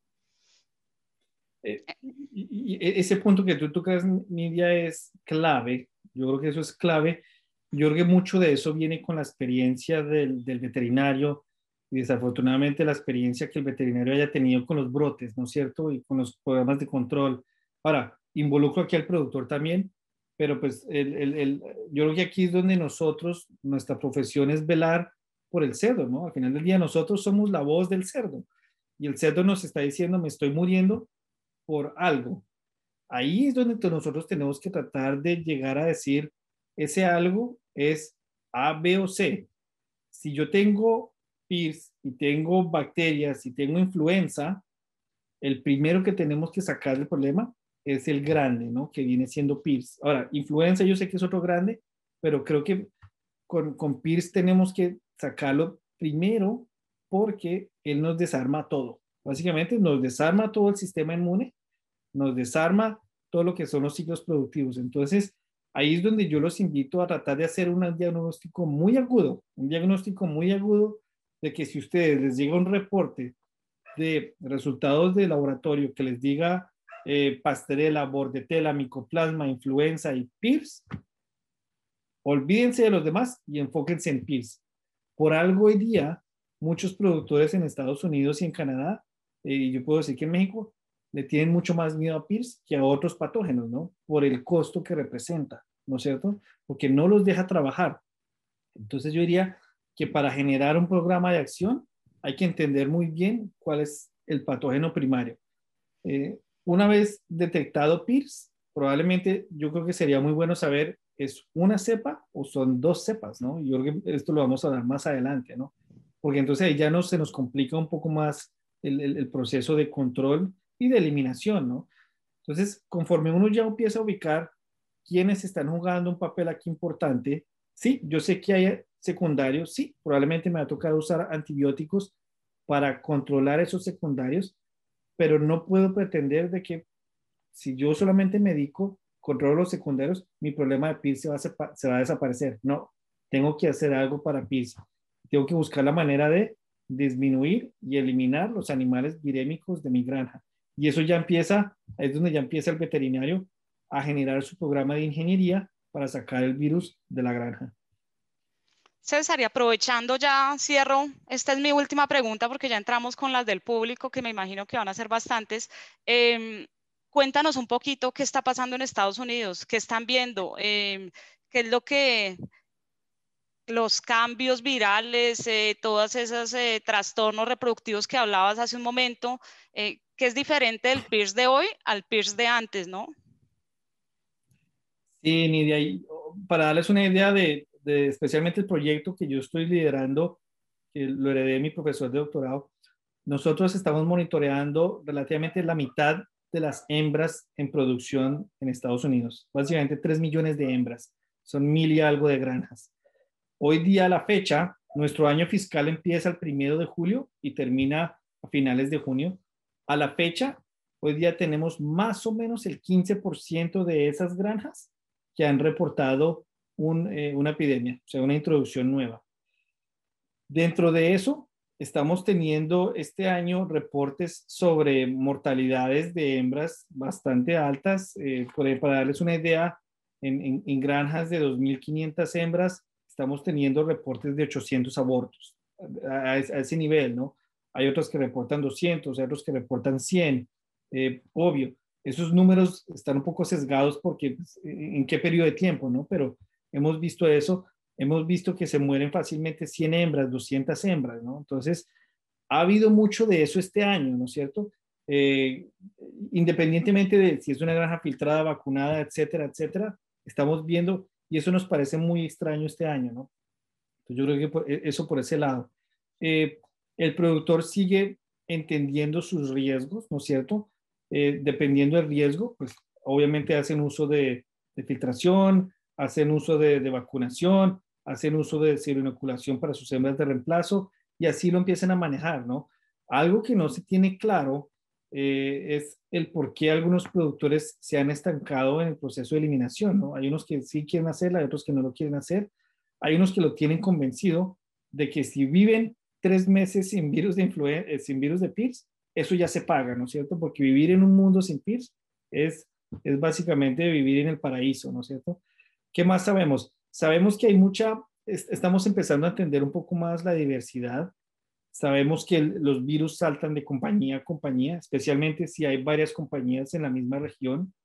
Y ese punto que tú tocas, Nidia, es clave. Yo creo que eso es clave. Yo creo que mucho de eso viene con la experiencia del veterinario, y desafortunadamente la experiencia que el veterinario haya tenido con los brotes, ¿no es cierto? Y con los programas de control. Ahora, involucro aquí al productor también, pero pues yo creo que aquí es donde nosotros, nuestra profesión es velar por el cerdo, ¿no? Al final del día nosotros somos la voz del cerdo, y el cerdo nos está diciendo, me estoy muriendo por algo. Ahí es donde nosotros tenemos que tratar de llegar a decir, ese algo es A, B o C. Si yo tengo PIRS y tengo bacterias y tengo influenza, el primero que tenemos que sacar del problema es el grande, ¿no? Que viene siendo PIRS. Ahora, influenza yo sé que es otro grande, pero creo que con PIRS tenemos que sacarlo primero porque él nos desarma todo. Básicamente nos desarma todo el sistema inmune, nos desarma todo lo que son los ciclos productivos. Entonces, ahí es donde yo los invito a tratar de hacer un diagnóstico muy agudo de que si ustedes les llega un reporte de resultados de laboratorio que les diga Pasteurella, Bordetella, Mycoplasma, influenza y PIRS, olvídense de los demás y enfóquense en PIRS. Por algo hoy día, muchos productores en Estados Unidos y en Canadá, y yo puedo decir que en México, le tienen mucho más miedo a PIRS que a otros patógenos, ¿no? Por el costo que representa, ¿no es cierto? Porque no los deja trabajar. Entonces yo diría que para generar un programa de acción hay que entender muy bien cuál es el patógeno primario. Una vez detectado PIRS, probablemente yo creo que sería muy bueno saber, ¿es una cepa o son dos cepas, ¿no? Yo creo que esto lo vamos a dar más adelante, ¿no? Porque entonces ahí ya se nos complica un poco más el proceso de control y de eliminación, ¿no? Entonces, conforme uno ya empieza a ubicar quiénes están jugando un papel aquí importante, sí, yo sé que hay secundarios, sí, probablemente me va a tocar usar antibióticos para controlar esos secundarios, pero no puedo pretender de que si yo solamente medico, controlo los secundarios, mi problema de PIRS se va a desaparecer. No, tengo que hacer algo para PIRS. Tengo que buscar la manera de disminuir y eliminar los animales virémicos de mi granja. Y eso ya empieza, es donde ya empieza el veterinario a generar su programa de ingeniería para sacar el virus de la granja. César, y aprovechando ya, cierro, esta es mi última pregunta porque ya entramos con las del público, que me imagino que van a ser bastantes. Cuéntanos un poquito qué está pasando en Estados Unidos, qué están viendo, qué es lo que los cambios virales, todos esos trastornos reproductivos que hablabas hace un momento, que es diferente del PIRS de hoy al PIRS de antes, ¿no? Sí, Nidia, y para darles una idea de especialmente el proyecto que yo estoy liderando, que lo heredé de mi profesor de doctorado, nosotros estamos monitoreando relativamente la mitad de las hembras en producción en Estados Unidos, básicamente 3 millones de hembras, son 1,000 y algo de granjas. Hoy día a la fecha, nuestro año fiscal empieza el 1 de julio y termina a finales de junio. A la fecha, hoy día tenemos más o menos el 15% de esas granjas que han reportado una epidemia, o sea, una introducción nueva. Dentro de eso, estamos teniendo este año reportes sobre mortalidades de hembras bastante altas. Para darles una idea, en granjas de 2.500 hembras, estamos teniendo reportes de 800 abortos a ese nivel, ¿no? Hay otros que reportan 200, hay otros que reportan 100. Obvio, esos números están un poco sesgados porque pues, en qué periodo de tiempo, ¿no? Pero hemos visto eso, hemos visto que se mueren fácilmente 100 hembras, 200 hembras, ¿no? Entonces, ha habido mucho de eso este año, ¿no es cierto? Independientemente de si es una granja filtrada, vacunada, etcétera, etcétera, estamos viendo, y eso nos parece muy extraño este año, ¿no? Entonces, yo creo que eso por ese lado. El productor sigue entendiendo sus riesgos, ¿no es cierto? Dependiendo del riesgo, pues obviamente hacen uso de filtración, hacen uso de vacunación, hacen uso de seroinoculación para sus hembras de reemplazo y así lo empiezan a manejar, ¿no? Algo que no se tiene claro es el por qué algunos productores se han estancado en el proceso de eliminación, ¿no? Hay unos que sí quieren hacerla, hay otros que no lo quieren hacer. Hay unos que lo tienen convencido de que si viven 3 meses sin virus sin virus de PIRS, eso ya se paga, ¿no es cierto? Porque vivir en un mundo sin PIRS es básicamente vivir en el paraíso, ¿no es cierto? ¿Qué más sabemos? Sabemos que estamos empezando a entender un poco más la diversidad. Sabemos que los virus saltan de compañía a compañía, especialmente si hay varias compañías en la misma región.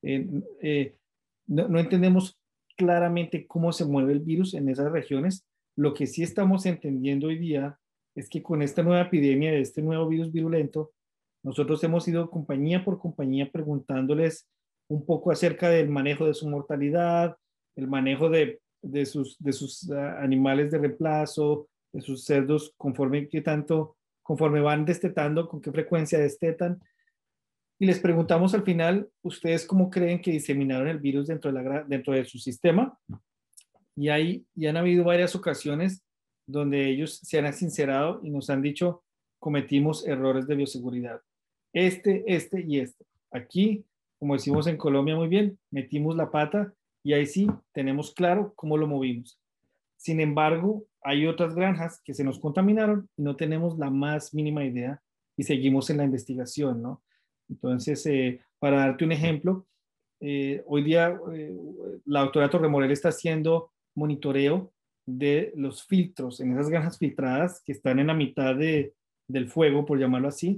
No entendemos claramente cómo se mueve el virus en esas regiones. Lo que sí estamos entendiendo hoy día es que con esta nueva epidemia, de este nuevo virus virulento, nosotros hemos ido compañía por compañía preguntándoles un poco acerca del manejo de su mortalidad, el manejo de sus animales de reemplazo, de sus cerdos, conforme van destetando, con qué frecuencia destetan. Y les preguntamos al final, ¿ustedes cómo creen que diseminaron el virus dentro de su sistema? Y han habido varias ocasiones donde ellos se han sincerado y nos han dicho, cometimos errores de bioseguridad. Este y este. Aquí, como decimos en Colombia muy bien, metimos la pata y ahí sí tenemos claro cómo lo movimos. Sin embargo, hay otras granjas que se nos contaminaron y no tenemos la más mínima idea y seguimos en la investigación, ¿no? Entonces, para darte un ejemplo, hoy día la doctora Torremorel está haciendo monitoreo de los filtros en esas granjas filtradas que están en la mitad del fuego, por llamarlo así,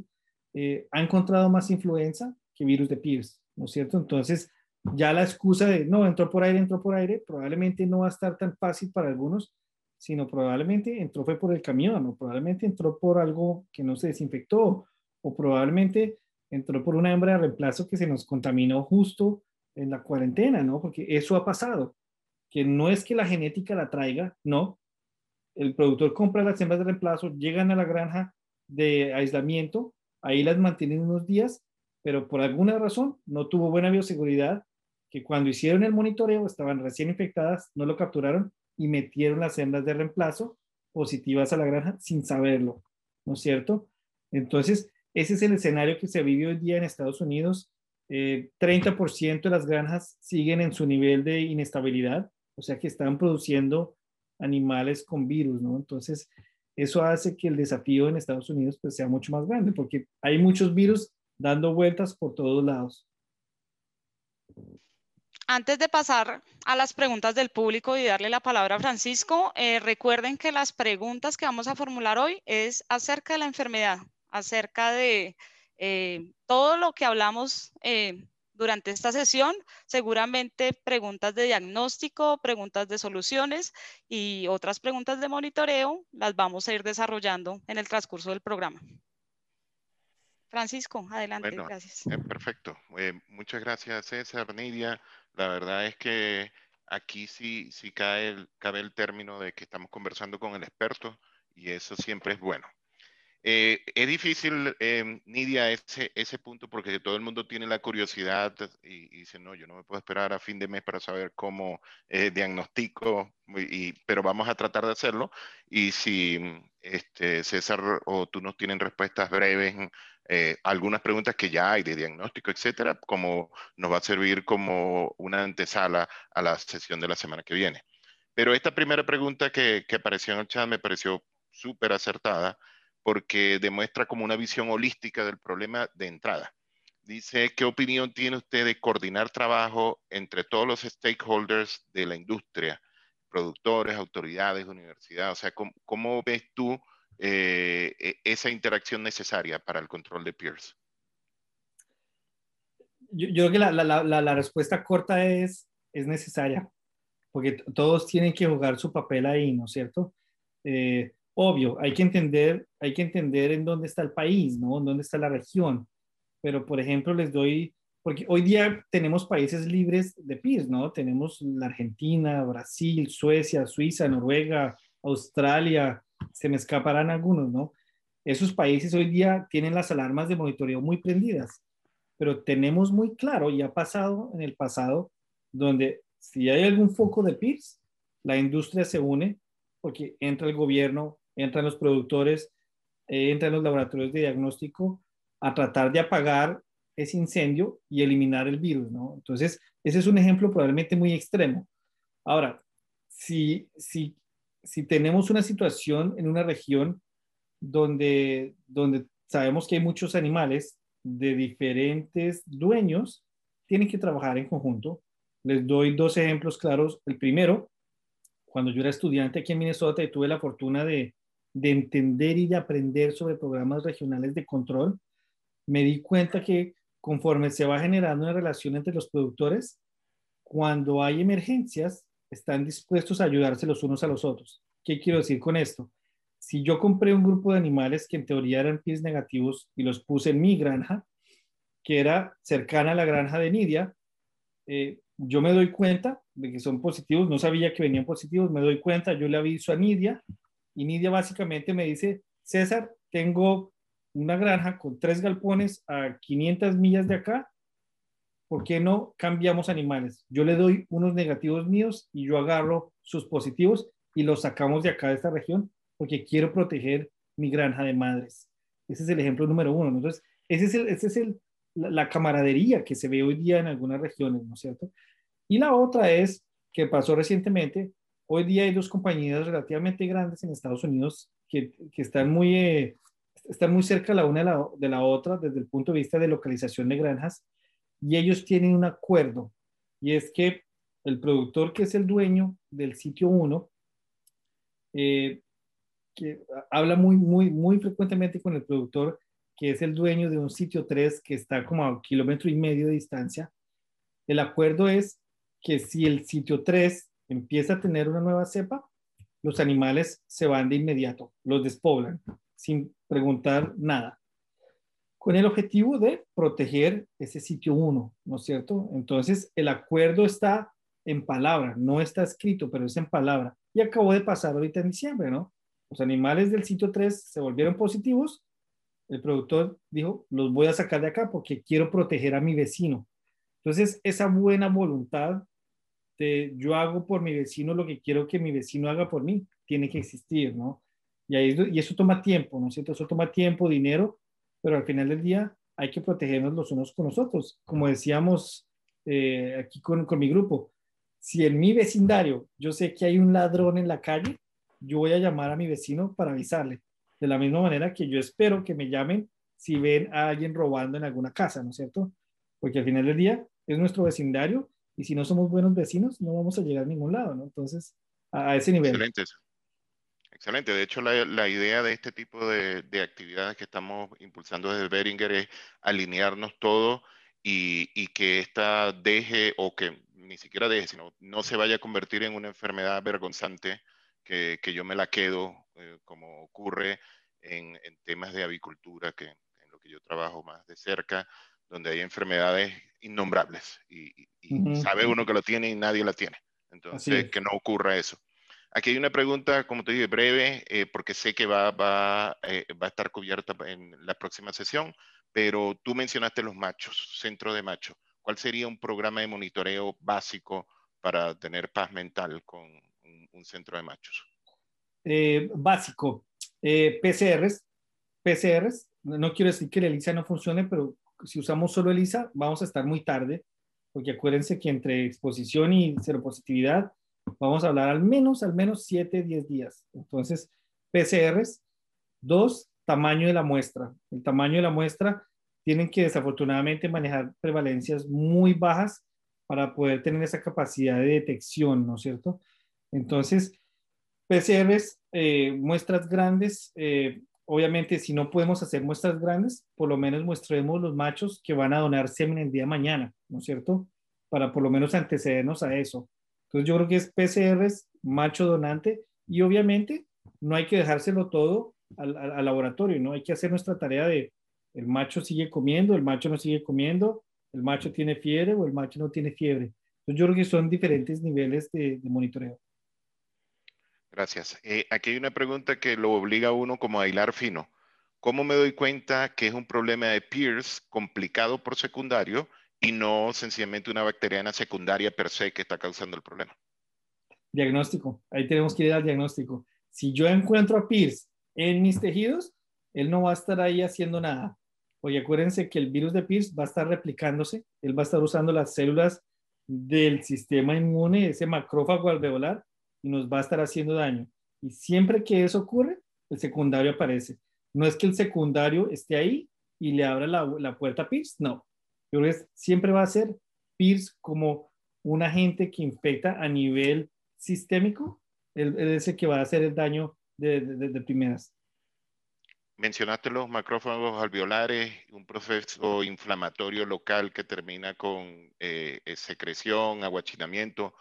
ha encontrado más influenza que virus de Pierce, ¿no es cierto? Entonces, ya la excusa de, no, entró por aire, probablemente no va a estar tan fácil para algunos, sino probablemente entró fue por el camión, o probablemente entró por algo que no se desinfectó, o probablemente entró por una hembra de reemplazo que se nos contaminó justo en la cuarentena, ¿no? Porque eso ha pasado, que no es que la genética la traiga, no. El productor compra las hembras de reemplazo, llegan a la granja de aislamiento, ahí las mantienen unos días, pero por alguna razón no tuvo buena bioseguridad, que cuando hicieron el monitoreo estaban recién infectadas, no lo capturaron y metieron las hembras de reemplazo positivas a la granja sin saberlo, ¿no es cierto? Entonces, ese es el escenario que se vive hoy día en Estados Unidos. 30% de las granjas siguen en su nivel de inestabilidad, o sea que están produciendo animales con virus, ¿no? Entonces, eso hace que el desafío en Estados Unidos pues, sea mucho más grande, porque hay muchos virus dando vueltas por todos lados. Antes de pasar a las preguntas del público y darle la palabra a Francisco, recuerden que las preguntas que vamos a formular hoy es acerca de la enfermedad, acerca de todo lo que hablamos durante esta sesión, seguramente preguntas de diagnóstico, preguntas de soluciones y otras preguntas de monitoreo las vamos a ir desarrollando en el transcurso del programa. Francisco, adelante, Bueno, gracias. perfecto. Muchas gracias, César, Nidia. La verdad es que aquí sí cabe el término de que estamos conversando con el experto y eso siempre es bueno. Es difícil, Nidia, ese punto porque todo el mundo tiene la curiosidad y dice, no, yo no me puedo esperar a fin de mes para saber cómo diagnostico, pero vamos a tratar de hacerlo. Y si César o tú nos tienen respuestas breves, algunas preguntas que ya hay de diagnóstico, etcétera, como nos va a servir como una antesala a la sesión de la semana que viene. Pero esta primera pregunta que apareció en el chat me pareció súper acertada porque demuestra como una visión holística del problema de entrada. Dice, ¿qué opinión tiene usted de coordinar trabajo entre todos los stakeholders de la industria, productores, autoridades, universidades? O sea, ¿cómo ves tú esa interacción necesaria para el control de Pierce? Yo creo que la respuesta corta es necesaria, porque todos tienen que jugar su papel ahí, ¿no es cierto? Obvio, hay que entender en dónde está el país, ¿no? En dónde está la región. Pero, por ejemplo, porque hoy día tenemos países libres de PIRS, ¿no? Tenemos la Argentina, Brasil, Suecia, Suiza, Noruega, Australia, se me escaparán algunos, ¿no? Esos países hoy día tienen las alarmas de monitoreo muy prendidas, pero tenemos muy claro, y ha pasado en el pasado, donde si hay algún foco de PIRS, la industria se une porque entra el gobierno, entran los productores, entran los laboratorios de diagnóstico a tratar de apagar ese incendio y eliminar el virus, ¿no? Entonces, ese es un ejemplo probablemente muy extremo. Ahora, si tenemos una situación en una región donde sabemos que hay muchos animales de diferentes dueños, tienen que trabajar en conjunto. Les doy dos ejemplos claros. El primero, cuando yo era estudiante aquí en Minnesota y tuve la fortuna de entender y de aprender sobre programas regionales de control, me di cuenta que conforme se va generando una relación entre los productores, cuando hay emergencias, están dispuestos a ayudarse los unos a los otros. ¿Qué quiero decir con esto? Si yo compré un grupo de animales que en teoría eran PIRS negativos y los puse en mi granja, que era cercana a la granja de Nidia, yo me doy cuenta de que son positivos, no sabía que venían positivos, me doy cuenta, yo le aviso a Nidia y Nidia básicamente me dice, César, tengo una granja con 3 galpones a 500 millas de acá, ¿por qué no cambiamos animales? Yo le doy unos negativos míos y yo agarro sus positivos y los sacamos de acá de esta región porque quiero proteger mi granja de madres. Ese es el ejemplo número uno. Entonces, ese es la camaradería que se ve hoy día en algunas regiones, ¿no es cierto? Y la otra es que pasó recientemente. Hoy día hay dos compañías relativamente grandes en Estados Unidos que están muy cerca la una de la otra desde el punto de vista de localización de granjas y ellos tienen un acuerdo y es que el productor que es el dueño del sitio 1 que habla muy frecuentemente con el productor que es el dueño de un sitio 3 que está como a 1,5 kilómetros de distancia, el acuerdo es que si el sitio 3 empieza a tener una nueva cepa, los animales se van de inmediato, los despoblan, sin preguntar nada, con el objetivo de proteger ese sitio 1, ¿no es cierto? Entonces, el acuerdo está en palabra, no está escrito, pero es en palabra. Y acabó de pasar ahorita en diciembre, ¿no? Los animales del sitio 3 se volvieron positivos. El productor dijo, los voy a sacar de acá porque quiero proteger a mi vecino. Entonces, esa buena voluntad de yo hago por mi vecino lo que quiero que mi vecino haga por mí, tiene que existir, ¿no? Y eso toma tiempo, ¿no es cierto? Eso toma tiempo, dinero, pero al final del día hay que protegernos los unos con los otros. Como decíamos aquí con mi grupo, si en mi vecindario yo sé que hay un ladrón en la calle, yo voy a llamar a mi vecino para avisarle. De la misma manera que yo espero que me llamen si ven a alguien robando en alguna casa, ¿no es cierto? Porque al final del día es nuestro vecindario y si no somos buenos vecinos no vamos a llegar a ningún lado, ¿no? Entonces, a ese nivel. Excelente. Excelente. De hecho, la idea de este tipo de actividades que estamos impulsando desde Behringer es alinearnos todos y que esta deje, o que ni siquiera deje, sino no se vaya a convertir en una enfermedad vergonzante que yo me la quedo, como ocurre en temas de avicultura, que en lo que yo trabajo más de cerca, donde hay enfermedades innombrables y sabe uno que lo tiene y nadie la tiene. Entonces, que no ocurra eso. Aquí hay una pregunta, como te dije, breve, porque sé que va a estar cubierta en la próxima sesión, pero tú mencionaste los machos, centro de machos. ¿Cuál sería un programa de monitoreo básico para tener paz mental con un centro de machos? Básico, PCRs, no quiero decir que el ELISA no funcione, pero si usamos solo ELISA vamos a estar muy tarde, porque acuérdense que entre exposición y seropositividad vamos a hablar al menos 7, 10 días. Entonces, PCRs. 2, tamaño de la muestra. El tamaño de la muestra tienen que desafortunadamente manejar prevalencias muy bajas para poder tener esa capacidad de detección, ¿no es cierto? Entonces, PCRs, muestras grandes, obviamente si no podemos hacer muestras grandes, por lo menos muestremos los machos que van a donar semen el día de mañana, ¿no es cierto? Para por lo menos antecedernos a eso. Entonces yo creo que es PCRs, macho donante, y obviamente no hay que dejárselo todo al laboratorio, ¿no? Hay que hacer nuestra tarea de el macho sigue comiendo, el macho no sigue comiendo, el macho tiene fiebre o el macho no tiene fiebre. Entonces yo creo que son diferentes niveles de monitoreo. Gracias. Aquí hay una pregunta que lo obliga a uno como a hilar fino. ¿Cómo me doy cuenta que es un problema de Pierce complicado por secundario y no sencillamente una bacteriana secundaria per se que está causando el problema? Diagnóstico. Ahí tenemos que ir al diagnóstico. Si yo encuentro a Pierce en mis tejidos, él no va a estar ahí haciendo nada. Porque acuérdense que el virus de Pierce va a estar replicándose. Él va a estar usando las células del sistema inmune, ese macrófago alveolar, y nos va a estar haciendo daño. Y siempre que eso ocurre, el secundario aparece. No es que el secundario esté ahí y le abra la puerta a Pierce, no. Yo creo que siempre va a ser Pierce como un agente que infecta a nivel sistémico, él es el que va a hacer el daño de primeras. Mencionaste los macrófagos alveolares, un proceso inflamatorio local que termina con secreción, aguachinamiento.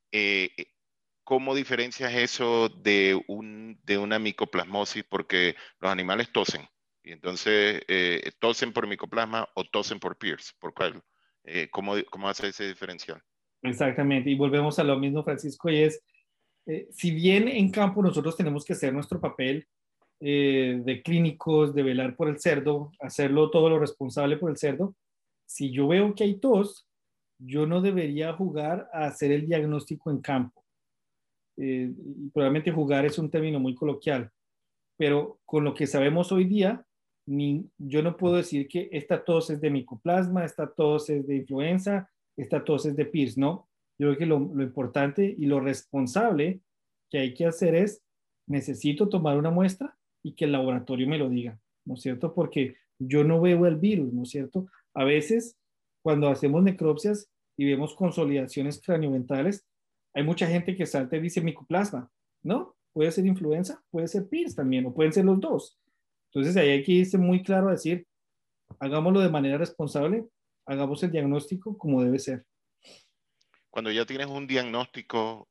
¿Cómo diferencias eso de una micoplasmosis? Porque los animales tosen, y entonces tosen por micoplasma o tosen por Pierce. ¿Por cuál? ¿Cómo hace ese diferencial? Exactamente, y volvemos a lo mismo, Francisco, y es, si bien en campo nosotros tenemos que hacer nuestro papel de clínicos, de velar por el cerdo, hacerlo todo lo responsable por el cerdo, si yo veo que hay tos, yo no debería jugar a hacer el diagnóstico en campo. Probablemente jugar es un término muy coloquial, pero con lo que sabemos hoy día, yo no puedo decir que esta tos es de micoplasma, esta tos es de influenza, esta tos es de Pierce, ¿no? Yo creo que lo importante y lo responsable que hay que hacer es, necesito tomar una muestra y que el laboratorio me lo diga, ¿no es cierto? Porque yo no veo el virus, ¿no es cierto? A veces, cuando hacemos necropsias y vemos consolidaciones cranioventrales, hay mucha gente que salta y dice micoplasma, ¿no? Puede ser influenza, puede ser Pierce también, o pueden ser los dos. Entonces ahí hay que irse muy claro a decir, hagámoslo de manera responsable, hagamos el diagnóstico como debe ser. Cuando ya tienes un diagnóstico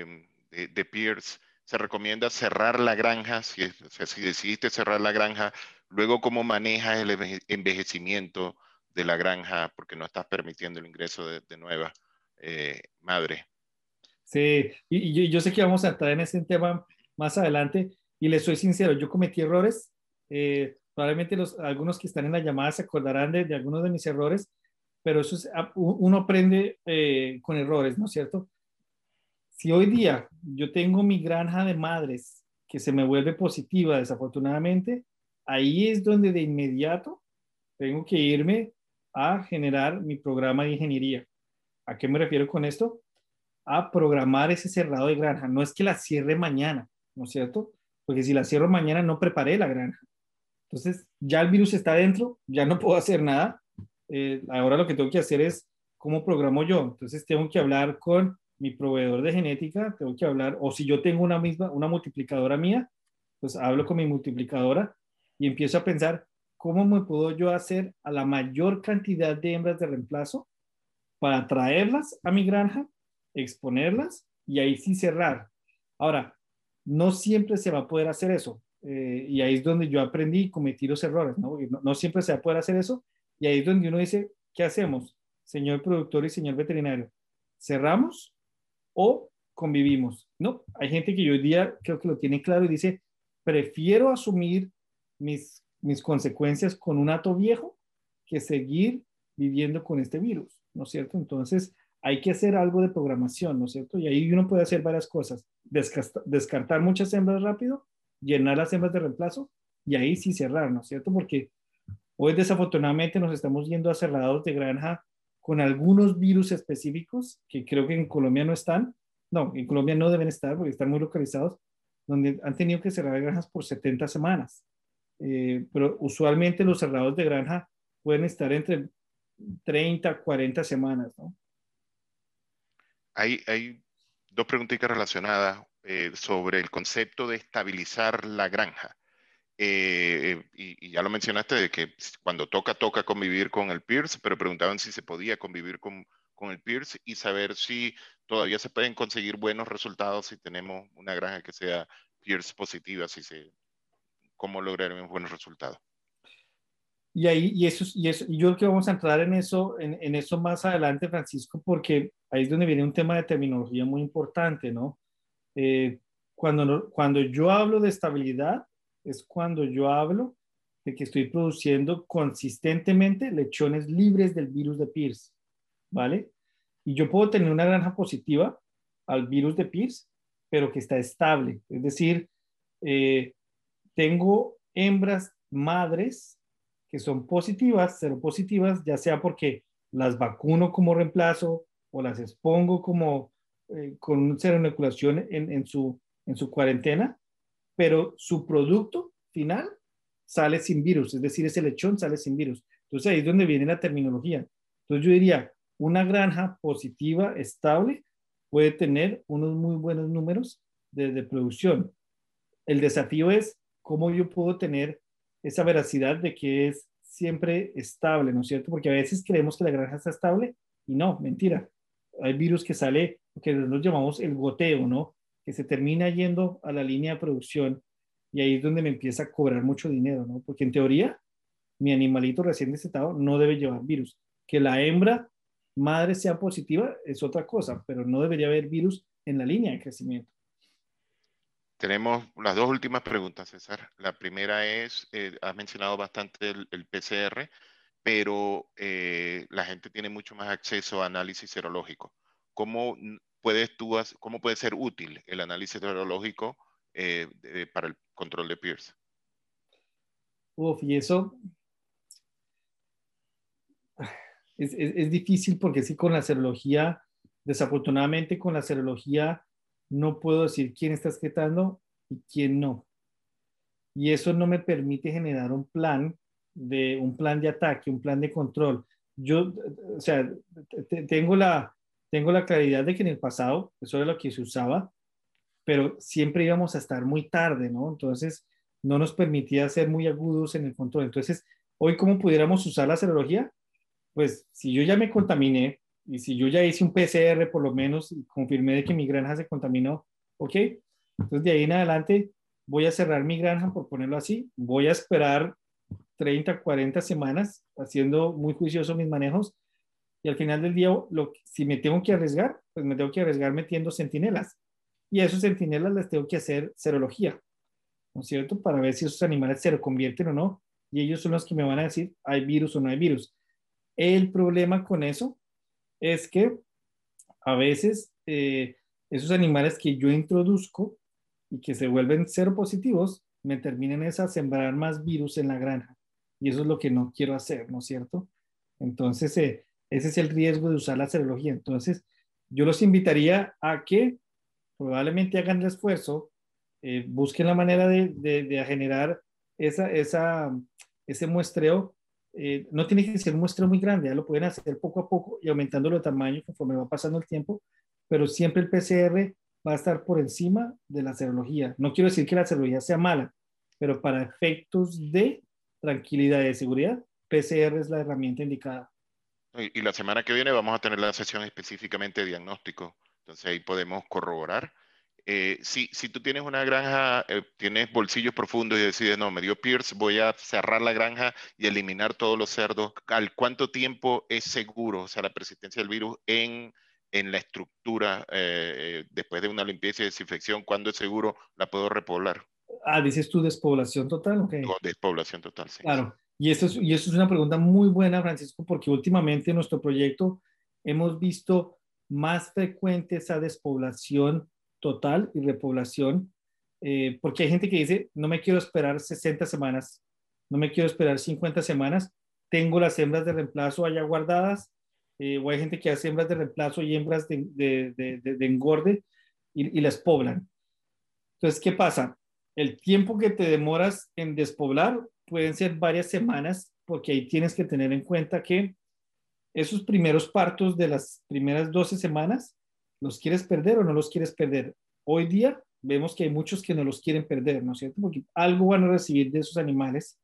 de PIRS, se recomienda cerrar la granja, si decidiste cerrar la granja, luego cómo manejas el envejecimiento de la granja, porque no estás permitiendo el ingreso de nuevas madres. Sí, yo sé que vamos a entrar en ese tema más adelante y les soy sincero, yo cometí errores. Probablemente algunos que están en la llamada se acordarán de algunos de mis errores, pero eso es, uno aprende con errores, ¿no es cierto? Si hoy día yo tengo mi granja de madres que se me vuelve positiva, desafortunadamente, ahí es donde de inmediato tengo que irme a generar mi programa de ingeniería. ¿A qué me refiero con esto? A programar ese cerrado de granja. No es que la cierre mañana, ¿no es cierto? Porque si la cierro mañana no preparé la granja. Entonces ya el virus está dentro, ya no puedo hacer nada. Ahora lo que tengo que hacer es cómo programo yo. Entonces tengo que hablar con mi proveedor de genética, tengo que hablar, o si yo tengo una multiplicadora mía, pues hablo con mi multiplicadora y empiezo a pensar cómo me puedo yo hacer a la mayor cantidad de hembras de reemplazo para traerlas a mi granja, exponerlas y ahí sí cerrar. Ahora, no siempre se va a poder hacer eso. Y ahí es donde yo aprendí y cometí los errores, ¿no? No siempre se va a poder hacer eso. Y ahí es donde uno dice, ¿qué hacemos, señor productor y señor veterinario? ¿Cerramos o convivimos? No, hay gente que hoy día creo que lo tiene claro y dice, prefiero asumir mis consecuencias con un hato viejo que seguir viviendo con este virus, ¿no es cierto? Entonces, hay que hacer algo de programación, ¿no es cierto? Y ahí uno puede hacer varias cosas. Descartar muchas hembras rápido, llenar las hembras de reemplazo y ahí sí cerrar, ¿no es cierto? Porque hoy desafortunadamente nos estamos yendo a cerrados de granja con algunos virus específicos que creo que en Colombia no están. No, en Colombia no deben estar porque están muy localizados, donde han tenido que cerrar granjas por 70 semanas. Pero usualmente los cerrados de granja pueden estar entre 30, 40 semanas, ¿no? Hay dos preguntitas relacionadas sobre el concepto de estabilizar la granja. Y ya lo mencionaste de que cuando toca convivir con el PIRS, pero preguntaban si se podía convivir con el PIRS y saber si todavía se pueden conseguir buenos resultados si tenemos una granja que sea PIRS positiva, cómo lograr buenos resultados. Y yo creo que vamos a entrar en eso más adelante, Francisco, porque ahí es donde viene un tema de terminología muy importante, ¿no? Cuando yo hablo de estabilidad, es cuando yo hablo de que estoy produciendo consistentemente lechones libres del virus de Pierce, ¿vale? Y yo puedo tener una granja positiva al virus de Pierce, pero que está estable. Es decir, tengo hembras madres que son positivas, seropositivas, ya sea porque las vacuno como reemplazo o las expongo como con seroinoculación en su cuarentena, pero su producto final sale sin virus, es decir, ese lechón sale sin virus. Entonces ahí es donde viene la terminología. Entonces yo diría, una granja positiva, estable, puede tener unos muy buenos números de producción. El desafío es cómo yo puedo tener esa veracidad de que es siempre estable, ¿no es cierto? Porque a veces creemos que la granja está estable y no, mentira. Hay virus que sale, que nos llamamos el goteo, ¿no? Que se termina yendo a la línea de producción y ahí es donde me empieza a cobrar mucho dinero, ¿no? Porque en teoría, mi animalito recién destetado no debe llevar virus. Que la hembra madre sea positiva es otra cosa, pero no debería haber virus en la línea de crecimiento. Tenemos las dos últimas preguntas, César. La primera es, has mencionado bastante el PCR, pero la gente tiene mucho más acceso a análisis serológico. ¿Cómo cómo puede ser útil el análisis serológico para el control de PIRS? Uf, y eso es difícil porque sí, con la serología, desafortunadamente con la serología no puedo decir quién está excretando y quién no. Y eso no me permite generar un plan de ataque, un plan de control. Yo, o sea, tengo la claridad de que en el pasado eso era lo que se usaba, pero siempre íbamos a estar muy tarde, ¿no? Entonces, no nos permitía ser muy agudos en el control. Entonces, Hoy, ¿cómo pudiéramos usar la serología? Pues si yo ya me contaminé y si yo ya hice un PCR por lo menos y confirmé de que mi granja se contaminó, ok, entonces de ahí en adelante voy a cerrar mi granja, por ponerlo así, voy a esperar 30, 40 semanas haciendo muy juicioso mis manejos y al final del día, si me tengo que arriesgar, pues me tengo que arriesgar metiendo centinelas y a esos centinelas les tengo que hacer serología, ¿no es cierto? Para ver si esos animales se reconvierten o no y ellos son los que me van a decir hay virus o no hay virus. El problema con eso es que a veces esos animales que yo introduzco y que se vuelven seropositivos, me terminan a sembrar más virus en la granja. Y eso es lo que no quiero hacer, ¿no es cierto? Entonces, ese es el riesgo de usar la serología. Entonces, yo los invitaría a que probablemente hagan el esfuerzo, busquen la manera de generar ese muestreo. No tiene que ser un muestreo muy grande, ya lo pueden hacer poco a poco y aumentando el tamaño conforme va pasando el tiempo, pero siempre el PCR va a estar por encima de la serología. No quiero decir que la serología sea mala, pero para efectos de tranquilidad y de seguridad, PCR es la herramienta indicada. Y la semana que viene vamos a tener la sesión específicamente de diagnóstico. Entonces ahí podemos corroborar. Si tú tienes una granja, tienes bolsillos profundos y decides, no, me dio Pierce, voy a cerrar la granja y eliminar todos los cerdos, ¿al cuánto tiempo es seguro, o sea, la persistencia del virus en la estructura después de una limpieza y desinfección? ¿Cuándo es seguro la puedo repoblar? Ah, dices tú despoblación total, ok. O despoblación total, sí. Claro, y esto es una pregunta muy buena, Francisco, porque últimamente en nuestro proyecto hemos visto más frecuente esa despoblación total y repoblación, porque hay gente que dice, no me quiero esperar 60 semanas, no me quiero esperar 50 semanas, tengo las hembras de reemplazo allá guardadas, o hay gente que hace hembras de reemplazo y hembras de engorde y las poblan. Entonces, ¿qué pasa? El tiempo que te demoras en despoblar pueden ser varias semanas, porque ahí tienes que tener en cuenta que esos primeros partos de las primeras 12 semanas, ¿los quieres perder o no los quieres perder? Hoy día vemos que hay muchos que no los quieren perder, ¿no es cierto? Porque algo van a recibir de esos animales.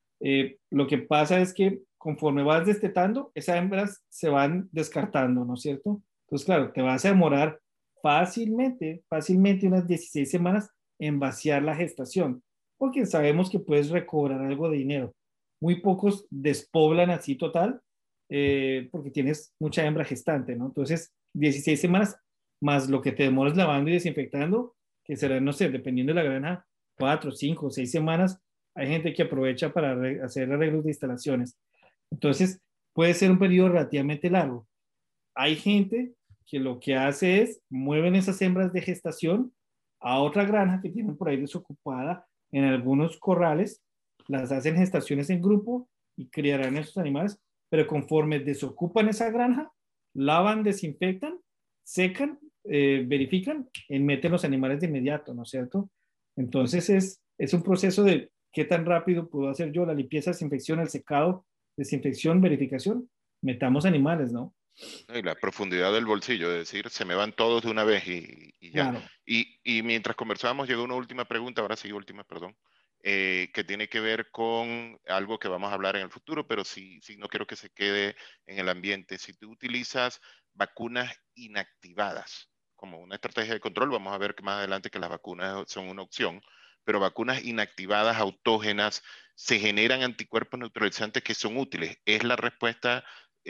Lo que pasa es que conforme vas destetando, esas hembras se van descartando, ¿no es cierto? Entonces, claro, te vas a demorar fácilmente unas 16 semanas en vaciar la gestación, porque sabemos que puedes recobrar algo de dinero. Muy pocos despoblan así total, porque tienes mucha hembra gestante, ¿no? Entonces, 16 semanas más lo que te demoras lavando y desinfectando, que será, no sé, dependiendo de la granja, 4, 5, 6 semanas. Hay gente que aprovecha para hacer arreglos de instalaciones. Entonces, puede ser un periodo relativamente largo. Hay gente que lo que hace es mueven esas hembras de gestación a otra granja que tienen por ahí desocupada en algunos corrales, las hacen gestaciones en grupo y criarán esos animales, pero conforme desocupan esa granja, lavan, desinfectan, secan, verifican y meten los animales de inmediato, ¿no es cierto? Entonces es un proceso de qué tan rápido puedo hacer yo la limpieza, desinfección, el secado, desinfección, verificación, metamos animales, ¿no? Y la profundidad del bolsillo, es decir, se me van todos de una vez y ya. Claro. Y mientras conversábamos llegó una última pregunta, ahora sí, última, perdón, que tiene que ver con algo que vamos a hablar en el futuro, pero sí, no quiero que se quede en el ambiente. Si tú utilizas vacunas inactivadas como una estrategia de control, vamos a ver que más adelante que las vacunas son una opción, pero vacunas inactivadas, autógenas, se generan anticuerpos neutralizantes que son útiles. Es la respuesta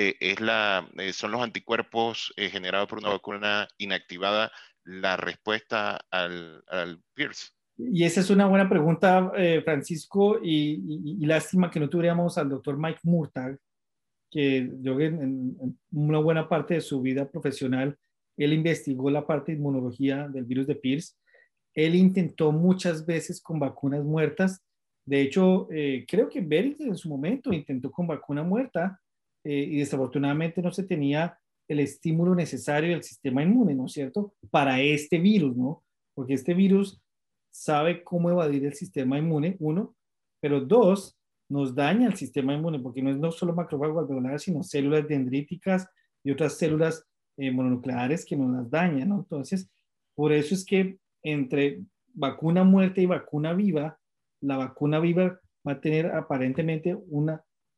son los anticuerpos generados por una vacuna inactivada la respuesta al Pierce. Y esa es una buena pregunta, Francisco, y lástima que no tuviéramos al doctor Mike Murtagh, que yo en una buena parte de su vida profesional, él investigó la parte de inmunología del virus de Pierce. Él intentó muchas veces con vacunas muertas. De hecho, creo que Beringer en su momento intentó con vacuna muerta y desafortunadamente no se tenía el estímulo necesario del sistema inmune, ¿no es cierto? Para este virus, ¿no? Porque este virus sabe cómo evadir el sistema inmune, uno, pero dos, nos daña el sistema inmune, porque no es no solo macrófagos alveolares, sino células dendríticas y otras células mononucleares que nos las dañan, ¿no? Entonces, por eso es que entre vacuna muerta y vacuna viva, la vacuna viva va a tener aparentemente una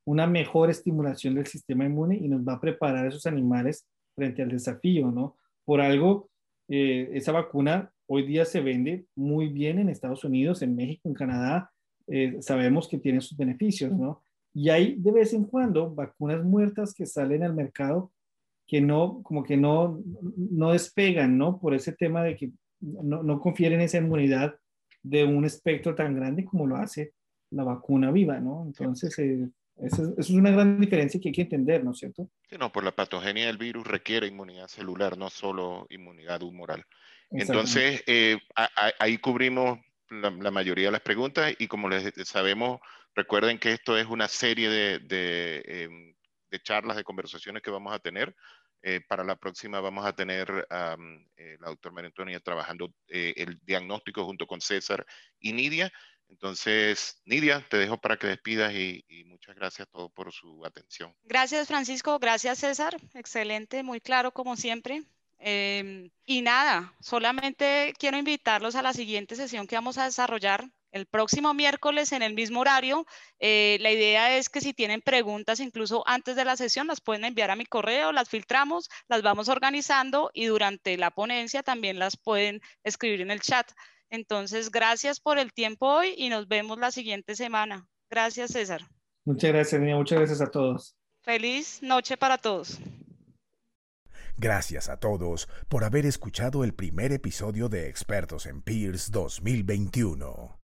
una mejor estimulación del sistema inmune y nos va a preparar a esos animales frente al desafío, ¿no? Por algo, esa vacuna hoy día se vende muy bien en Estados Unidos, en México, en Canadá. Sabemos que tiene sus beneficios, ¿no? Y hay de vez en cuando vacunas muertas que salen al mercado que no, como que no despegan, ¿no? Por ese tema de que no confieren esa inmunidad de un espectro tan grande como lo hace la vacuna viva, ¿no? Entonces, eso es una gran diferencia que hay que entender, ¿no es cierto? Sí, no, por la patogenia del virus requiere inmunidad celular, no solo inmunidad humoral. Exactamente. Entonces, ahí cubrimos la mayoría de las preguntas y como les sabemos, recuerden que esto es una serie de charlas, de conversaciones que vamos a tener. Para la próxima vamos a tener la doctora María Antonia trabajando el diagnóstico junto con César y Nidia. Entonces, Nidia, te dejo para que despidas y muchas gracias a todos por su atención. Gracias, Francisco. Gracias, César. Excelente, muy claro como siempre. Y nada, solamente quiero invitarlos a la siguiente sesión que vamos a desarrollar el próximo miércoles en el mismo horario. La idea es que si tienen preguntas, incluso antes de la sesión, las pueden enviar a mi correo, las filtramos, las vamos organizando y durante la ponencia también las pueden escribir en el chat. Entonces, gracias por el tiempo hoy y nos vemos la siguiente semana. Gracias, César. Muchas gracias, Niña. Muchas gracias a todos. Feliz noche para todos. Gracias a todos por haber escuchado el primer episodio de Expertos en Peers 2021.